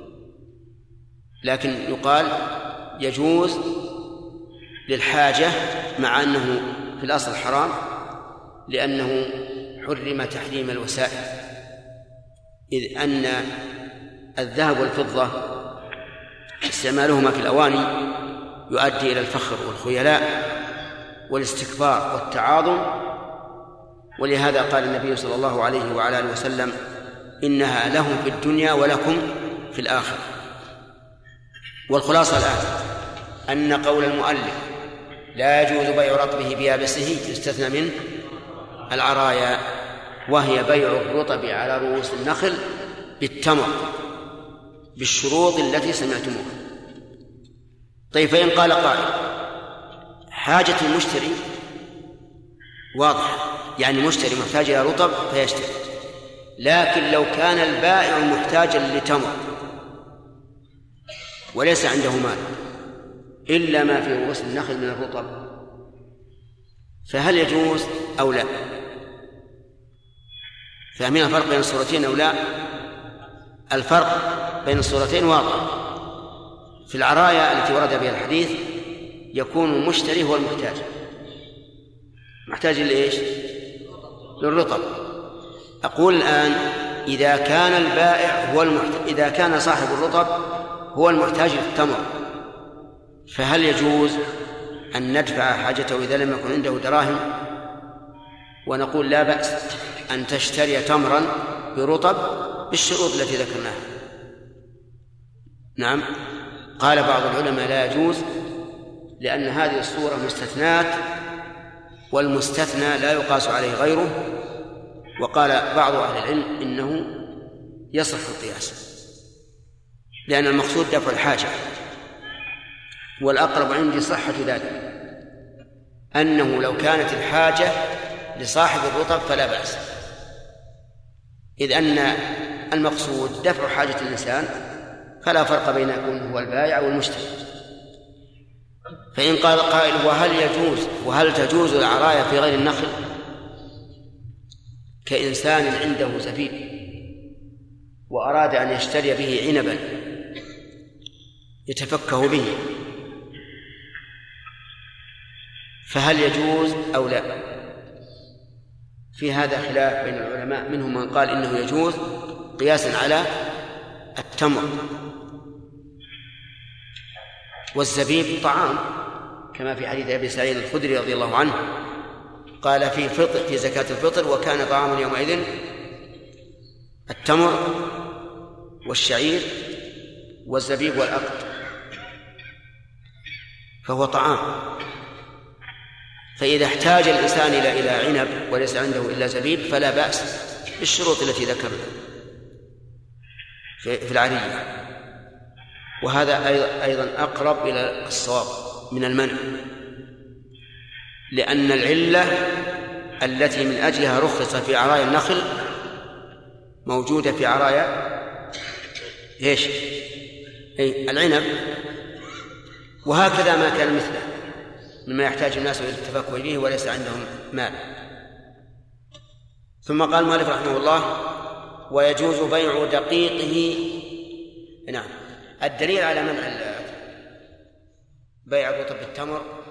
لكن يقال يجوز للحاجة مع أنه في الأصل حرام، لأنه حرم تحريم الوسائل، إذ أن الذهب والفضة استعمالهما في الأواني يؤدي إلى الفخر والخيلاء والاستكبار والتعاظم، ولهذا قال النبي صلى الله عليه وعلى آله وسلم إنها لهم في الدنيا ولكم في الآخرة. والخلاصة الآن أن قول المؤلف لا يجوز بيع رطبه بيابسه يستثنى منه العرايا، وهي بيع الرطب على رؤوس النخل بالتمر بالشروط التي سمعتموها. طيب، فإن قال قائل حاجة المشتري واضحة، يعني المشتري محتاج إلى رطب فيشتري، لكن لو كان البائع محتاجا لتمر وليس عنده مال إلا ما في رؤوس النخل من الرطب فهل يجوز أو لا؟ فاهمين الفرق بين الصورتين أو لا؟ الفرق بين الصورتين واضح. في العرايا التي ورد بها الحديث يكون المشتري هو محتاج لإيش؟ للرطب. أقول الآن إذا كان البائع إذا كان صاحب الرطب هو المحتاج للتمر فهل يجوز أن ندفع حاجته إذا لم يكن عنده دراهم ونقول لا بأس أن تشتري تمرا برطب بالشروط التي ذكرناها؟ نعم، قال بعض العلماء لا يجوز، لأن هذه الصورة مستثنات، والمستثنى لا يقاس عليه غيره. وقال بعض أهل العلم إنه يصح القياس، لأن المقصود دفع الحاجة، والأقرب عندي صحة ذلك، أنه لو كانت الحاجة لصاحب الرطب فلا بأس، إذ أن المقصود دفع حاجة الإنسان، فلا فرق بين يكون هو البائع والمشتري. فإن قال قائل وهل تجوز العرايا في غير النخل؟ كإنسان عنده زبيب وأراد أن يشتري به عنبا يتفكه به، فهل يجوز أو لا؟ في هذا خلاف بين العلماء، منهم من قال إنه يجوز قياسا على التمر، والزبيب طعام كما في حديث أبي سعيد الخدري رضي الله عنه قال في زكاة الفطر وكان طعام يومئذ التمر والشعير والزبيب والأقط، فهو طعام. فإذا احتاج الإنسان إلى عنب وليس عنده إلا زبيب فلا بأس بالشروط التي ذكرنا في العرية، وهذا أيضا أقرب إلى الصواب من المنع، لأن العلة التي من أجلها رخص في عرايا النخل موجودة في عرايا إيش؟ العنب، وهكذا ما كان مثله مما يحتاج الناس إلى التفكه به وليس عندهم مال. ثم قال المؤلف رحمه الله: ويجوز بيع دقيقه. نعم، الدليل على منع بيع الرطب بالتمر